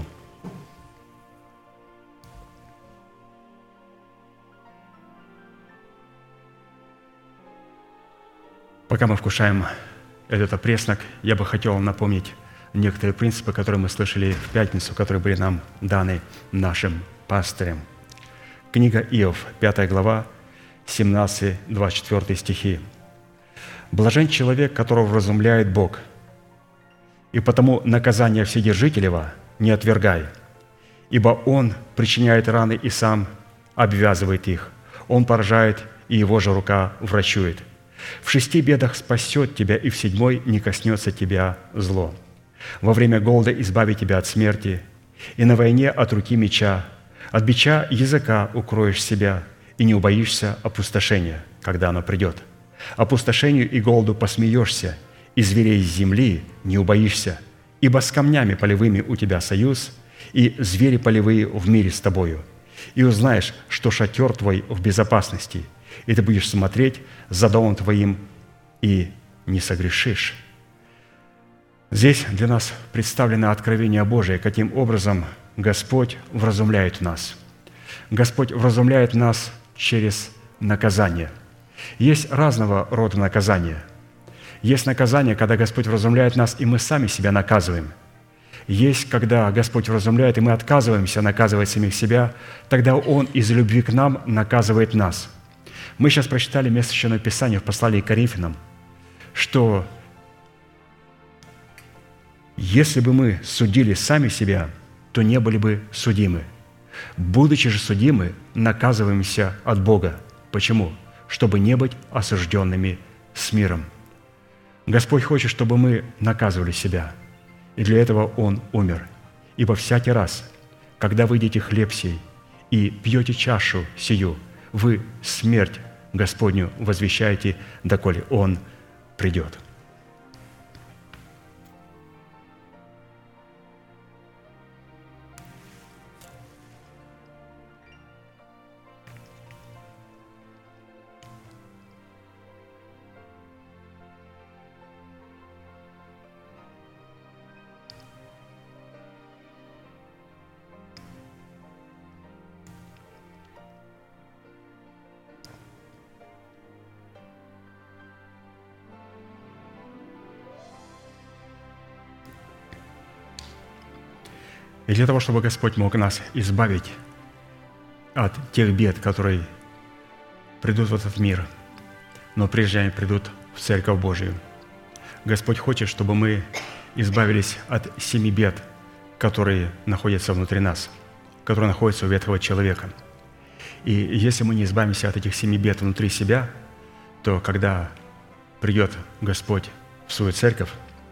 Пока мы вкушаем этот опреснок, я бы хотел напомнить некоторые принципы, которые мы слышали в пятницу, которые были нам даны нашим пастырем. Книга Иов, пятая глава, семнадцатый двадцать четвёртый стихи. «Блажен человек, которого вразумляет Бог, и потому наказание Вседержителева не отвергай, ибо Он причиняет раны и сам обвязывает их, Он поражает, и Его же рука врачует. В шести бедах спасет тебя, и в седьмой не коснется тебя зло. Во время голода избавит тебя от смерти, и на войне от руки меча, от бича языка укроешь себя, и не убоишься опустошения, когда оно придет. Опустошению и голоду посмеешься, и зверей с земли не убоишься, ибо с камнями полевыми у тебя союз, и звери полевые в мире с тобою. И узнаешь, что шатер твой в безопасности, и ты будешь смотреть за домом твоим, и не согрешишь». Здесь для нас представлено откровение Божие, каким образом Господь вразумляет нас. Господь вразумляет нас через наказание. Есть разного рода наказания. Есть наказание, когда Господь вразумляет нас, и мы сами себя наказываем. Есть, когда Господь вразумляет, и мы отказываемся наказывать самих себя, тогда Он из любви к нам наказывает нас. Мы сейчас прочитали место Священного Писания в послании к Коринфянам, что если бы мы судили сами себя, то не были бы судимы. Будучи же судимы, наказываемся от Бога. Почему? чтобы не быть осужденными с миром. Господь хочет, чтобы мы наказывали себя, и для этого Он умер. Ибо всякий раз, когда вы едите хлеб сей и пьете чашу сию, вы смерть Господню возвещаете, доколе Он придет». И для того, чтобы Господь мог нас избавить от тех бед, которые придут в этот мир, но прежде они придут в Церковь Божию, Господь хочет, чтобы мы избавились от семи бед, которые находятся внутри нас, которые находятся у ветхого человека. И если мы не избавимся от этих семи бед внутри себя, то когда придет Господь в свою церковь,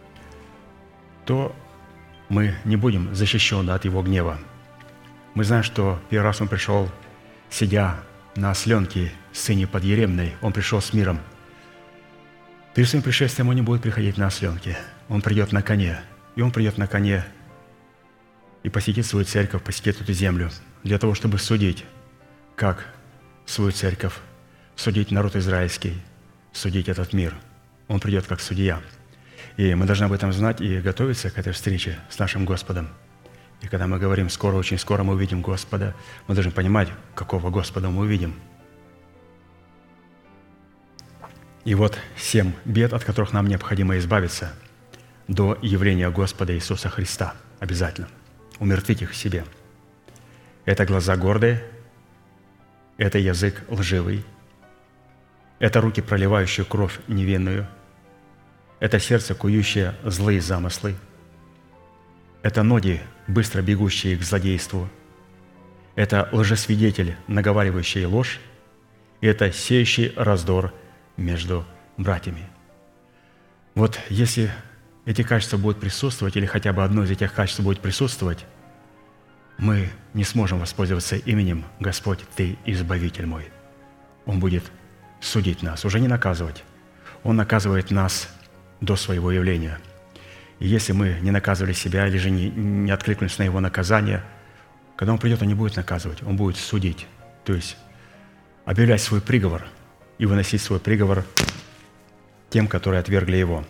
то мы не будем защищены от Его гнева. Мы знаем, что первый раз Он пришел, сидя на осленке, сыне подъеремной, Он пришел с миром. Перед своим пришествием Он не будет приходить на осленке. Он придет на коне. И Он придет на коне и посетит свою церковь, посетит эту землю, для того, чтобы судить, как свою церковь, судить народ израильский, судить этот мир. Он придет как судья. И мы должны об этом знать и готовиться к этой встрече с нашим Господом. И когда мы говорим «скоро, очень скоро мы увидим Господа», мы должны понимать, какого Господа мы увидим. И вот семь бед, от которых нам необходимо избавиться до явления Господа Иисуса Христа. Обязательно. Умертвить их в себе. Это глаза гордые, это язык лживый, это руки, проливающие кровь невинную, это сердце, кующее злые замыслы, это ноги, быстро бегущие к злодейству, это лжесвидетель, наговаривающий ложь, и это сеющий раздор между братьями. Вот если эти качества будут присутствовать, или хотя бы одно из этих качеств будет присутствовать, мы не сможем воспользоваться именем «Господь, Ты Избавитель мой». Он будет судить нас, уже не наказывать. Он наказывает нас до своего явления. И если мы не наказывали себя или же не, не откликнулись на Его наказание, когда Он придет, Он не будет наказывать, Он будет судить, то есть объявлять свой приговор и выносить свой приговор тем, которые отвергли Его.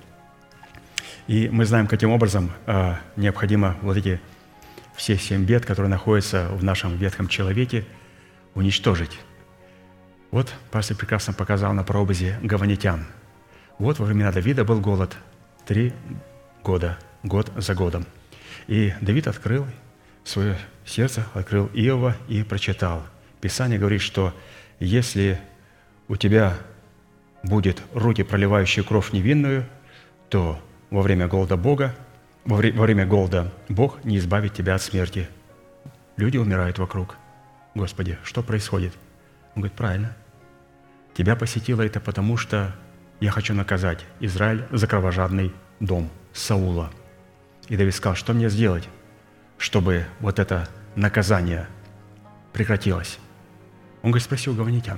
И мы знаем, каким образом э, необходимо вот эти все семь бед, которые находятся в нашем ветхом человеке, уничтожить. Вот пастор прекрасно показал на прообразе гаванитян. Вот во времена Давида был голод три года, год за годом. И Давид открыл свое сердце, открыл Иова и прочитал. Писание говорит, что если у тебя будет руки, проливающие кровь невинную, то во время голода Бога, во время голода Бог не избавит тебя от смерти. Люди умирают вокруг. Господи, что происходит? Он говорит, правильно. Тебя посетило это потому, что я хочу наказать Израиль за кровожадный дом Саула. И Давид сказал, что мне сделать, чтобы вот это наказание прекратилось? Он говорит, спроси у гаванитян.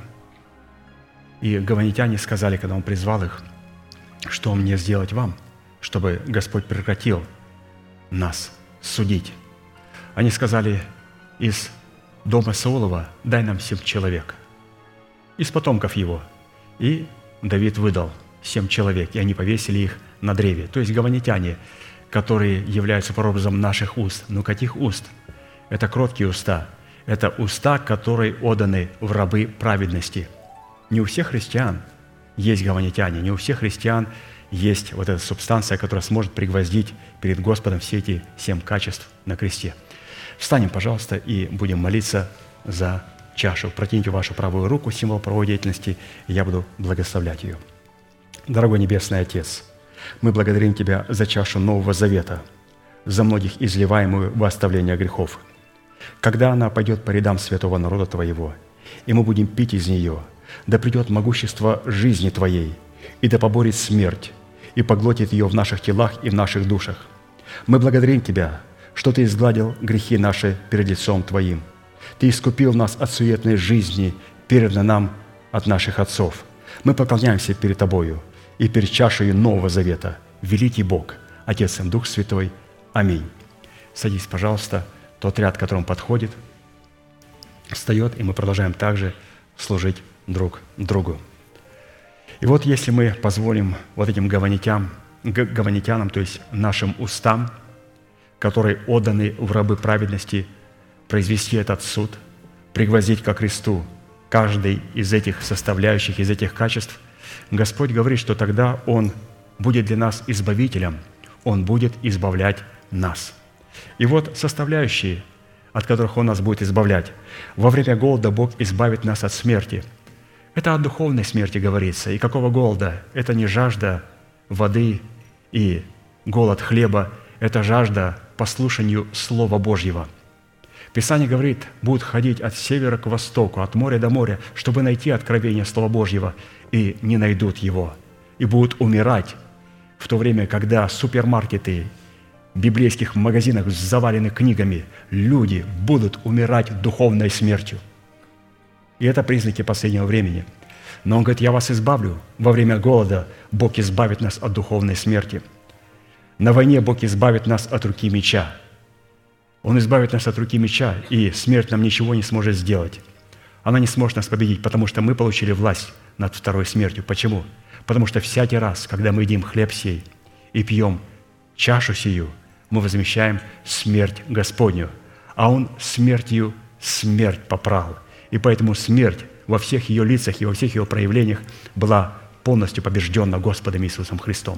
И гаванитяне сказали, когда он призвал их, что мне сделать вам, чтобы Господь прекратил нас судить. Они сказали, из дома Саулова дай нам семь человек, из потомков его. И Давид выдал семь человек, и они повесили их на древе. То есть гаванитяне, которые являются прообразом наших уст. Но каких уст? Это кроткие уста. Это уста, которые отданы в рабы праведности. Не у всех христиан есть гаванитяне, не у всех христиан есть вот эта субстанция, которая сможет пригвоздить перед Господом все эти семь качеств на кресте. Встанем, пожалуйста, и будем молиться за чашу. Протяните вашу правую руку, символ правовой деятельности, и я буду благословлять ее. Дорогой Небесный Отец, мы благодарим Тебя за чашу Нового Завета, за многих изливаемую во оставление грехов. Когда она пойдет по рядам святого народа Твоего, и мы будем пить из нее, Да придет могущество жизни Твоей, и да поборет смерть, и поглотит ее в наших телах и в наших душах. Мы благодарим Тебя, что Ты изгладил грехи наши перед лицом Твоим. Ты искупил нас от суетной жизни, переданной нам от наших отцов. Мы поклоняемся перед Тобою и перед чашей Нового Завета. Великий Бог, Отец и Дух Святой. Аминь. Садись, пожалуйста. Тот ряд, к которому подходит, встает, и мы продолжаем также служить друг другу. И вот если мы позволим вот этим гаванитянам, гаванитянам, то есть нашим устам, которые отданы в рабы праведности, произвести этот суд, пригвоздить ко кресту каждый из этих составляющих, из этих качеств, Господь говорит, что тогда Он будет для нас избавителем, Он будет избавлять нас. И вот составляющие, от которых Он нас будет избавлять. Во время голода Бог избавит нас от смерти. Это о духовной смерти говорится. И какого голода? Это не жажда воды и голод хлеба, это жажда послушанию Слова Божьего. Писание говорит, будут ходить от севера к востоку, от моря до моря, чтобы найти откровение Слова Божьего, и не найдут его. И будут умирать в то время, когда супермаркеты в библейских магазинах завалены книгами, люди будут умирать духовной смертью. И это признаки последнего времени. Но Он говорит, я вас избавлю. Во время голода Бог избавит нас от духовной смерти. На войне Бог избавит нас от руки меча. Он избавит нас от руки меча, и смерть нам ничего не сможет сделать. Она не сможет нас победить, потому что мы получили власть над второй смертью. Почему? Потому что всякий раз, когда мы едим хлеб сей и пьем чашу сию, мы возмещаем смерть Господню. А Он смертью смерть попрал. И поэтому смерть во всех ее лицах и во всех ее проявлениях была полностью побеждена Господом Иисусом Христом.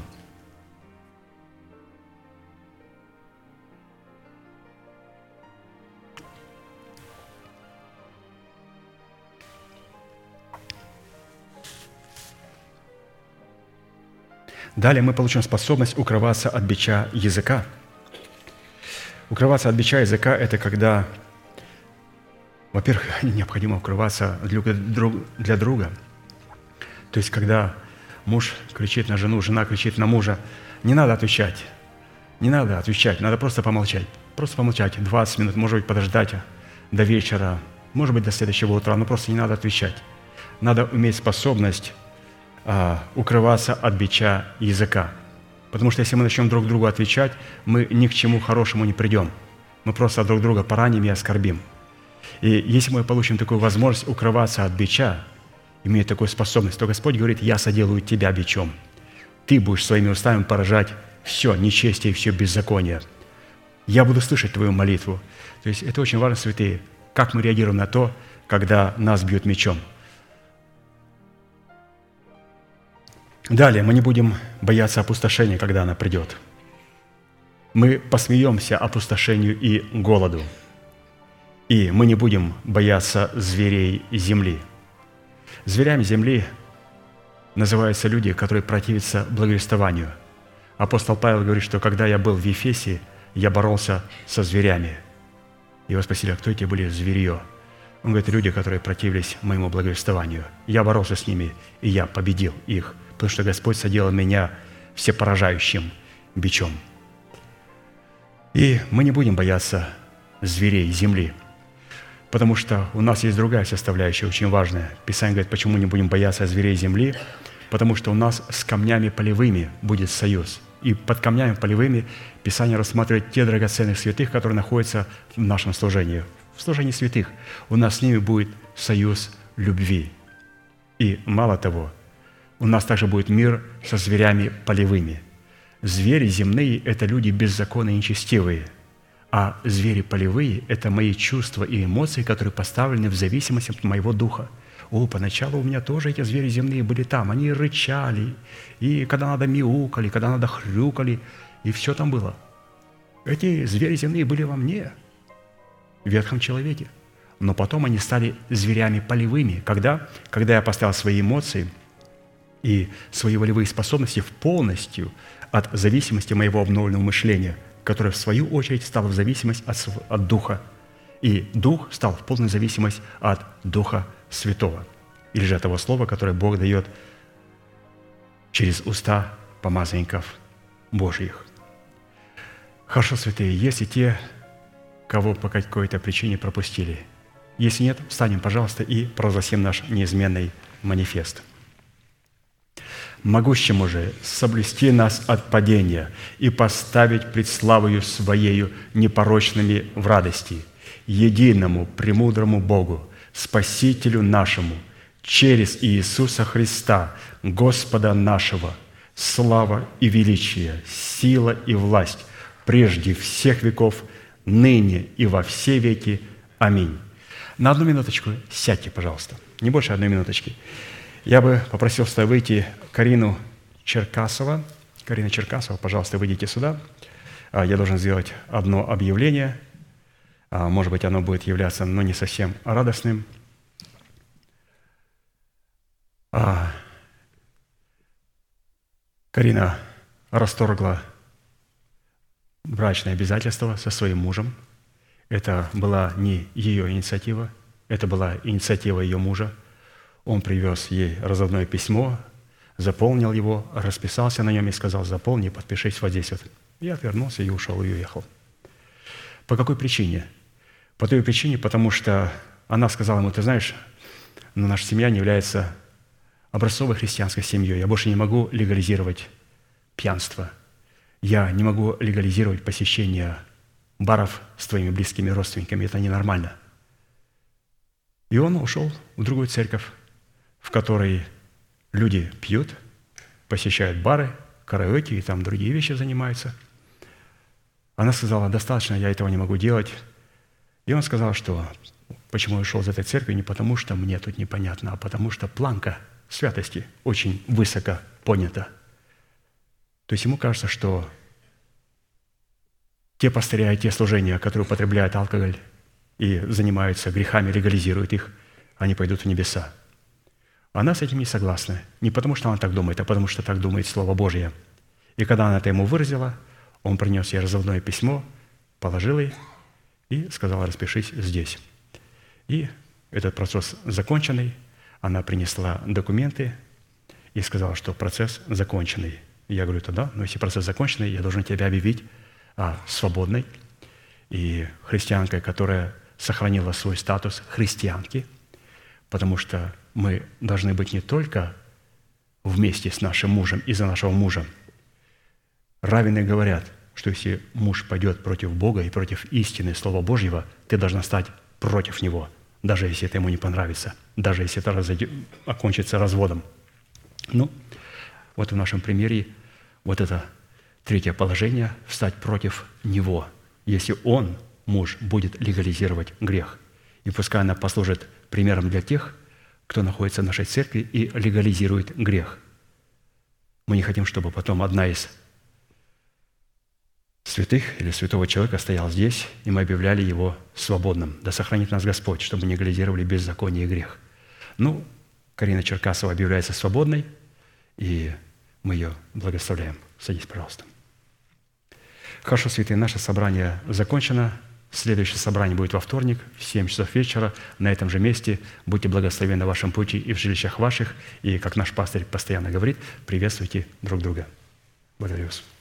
Далее мы получим способность укрываться от бича языка. Укрываться от бича языка – это когда, во-первых, необходимо укрываться для друга. То есть, когда муж кричит на жену, жена кричит на мужа, не надо отвечать, не надо отвечать, надо просто помолчать. Просто помолчать двадцать минут, может быть, подождать до вечера, может быть, до следующего утра, но просто не надо отвечать. Надо уметь способность укрываться от бича языка. Потому что если мы начнем друг другу отвечать, мы ни к чему хорошему не придем. Мы просто друг друга пораним и оскорбим. И если мы получим такую возможность укрываться от бича, иметь такую способность, то Господь говорит, я соделаю тебя бичом. Ты будешь своими устами поражать все нечестие и все беззаконие. Я буду слышать твою молитву. То есть это очень важно, святые, как мы реагируем на то, когда нас бьют мечом. Далее, мы не будем бояться опустошения, когда она придет. Мы посмеемся опустошению и голоду. И мы не будем бояться зверей земли. Зверями земли называются люди, которые противятся благовествованию. Апостол Павел говорит, что когда я был в Ефесе, я боролся со зверями. Его спросили, а кто эти были зверье? Он говорит, люди, которые противились моему благовествованию. Я боролся с ними, и я победил их, потому что Господь соделал меня всепоражающим бичом. И мы не будем бояться зверей земли, потому что у нас есть другая составляющая, очень важная. Писание говорит, почему не будем бояться зверей земли? Потому что у нас с камнями полевыми будет союз. И под камнями полевыми Писание рассматривает те драгоценных святых, которые находятся в нашем служении. В служении святых у нас с ними будет союз любви. И мало того, у нас также будет мир со зверями полевыми. Звери земные – это люди беззаконные и нечестивые, а звери полевые – это мои чувства и эмоции, которые поставлены в зависимости от моего духа. О, поначалу у меня тоже эти звери земные были там, они рычали, и когда надо мяукали, когда надо хрюкали, и все там было. Эти звери земные были во мне, в ветхом человеке. Но потом они стали зверями полевыми. Когда? Когда я поставил свои эмоции и свои волевые способности в полностью от зависимости моего обновленного мышления, которое в свою очередь стало в зависимость от, от Духа. И Дух стал в полную зависимость от Духа Святого. или же того слова, которое Бог дает через уста помазанников Божьих. Хорошо, святые, есть и те, кого по какой-то причине пропустили. Если нет, встанем, пожалуйста, и провозгласим наш неизменный манифест. «Могущему же соблюсти нас от падения и поставить пред славою Своею непорочными в радости, единому премудрому Богу, Спасителю нашему, через Иисуса Христа, Господа нашего, слава и величие, сила и власть прежде всех веков, ныне и во все веки. Аминь». На одну минуточку сядьте, пожалуйста. Не больше одной минуточки. Я бы попросил сюда выйти Карину Черкасова. Карина Черкасова, пожалуйста, выйдите сюда. Я должен сделать одно объявление. Может быть, оно будет являться, но не совсем радостным. Карина расторгла брачное обязательство со своим мужем. Это была не ее инициатива, это была инициатива ее мужа. Он привез ей разрывное письмо, заполнил его, расписался на нем и сказал: заполни, подпишись вот здесь вот. Я отвернулся и ушел, и уехал. По какой причине? По той причине, потому что она сказала ему: ты знаешь, но наша семья не является образцовой христианской семьей. Я больше не могу легализировать пьянство. Я не могу легализировать посещение баров с твоими близкими родственниками. Это ненормально. И он ушел в другую церковь, в которой люди пьют, посещают бары, караоке и там другие вещи занимаются. Она сказала: достаточно, я этого не могу делать. И он сказал, что почему я ушел из этой церкви, не потому что мне тут непонятно, а потому что планка святости очень высоко понята. То есть ему кажется, что те пастыря и те служения, которые употребляют алкоголь и занимаются грехами, легализируют их, они пойдут в небеса. Она с этим не согласна. Не потому, что она так думает, а потому, что так думает Слово Божье. И когда она это ему выразила, он принес ей разрывное письмо, положил ей и сказал: распишись здесь. И этот процесс законченный. Она принесла документы и сказала, что процесс законченный. И я говорю: тогда, ну если процесс законченный, я должен тебя объявить а, свободной и христианкой, которая сохранила свой статус христианки, потому что мы должны быть не только вместе с нашим мужем, из-за нашего мужа. Раввины говорят, что если муж пойдет против Бога и против истины Слова Божьего, ты должна стать против него, даже если это ему не понравится, даже если это разойдет, окончится разводом. Ну, вот в нашем примере вот это третье положение – встать против него, если он, муж, будет легализировать грех. И пускай она послужит примером для тех, кто находится в нашей церкви и легализирует грех. Мы не хотим, чтобы потом одна из святых или святого человека стоял здесь, и мы объявляли его свободным. Да сохранит нас Господь, чтобы не легализировали беззаконие и грех. Ну, Карина Черкасова объявляется свободной, и мы ее благословляем. Садись, пожалуйста. Хорошо, святые, наше собрание закончено. Следующее собрание будет во вторник в семь часов вечера на этом же месте. Будьте благословенны на вашем пути и в жилищах ваших. И, как наш пастырь постоянно говорит, приветствуйте друг друга. Благодарю вас.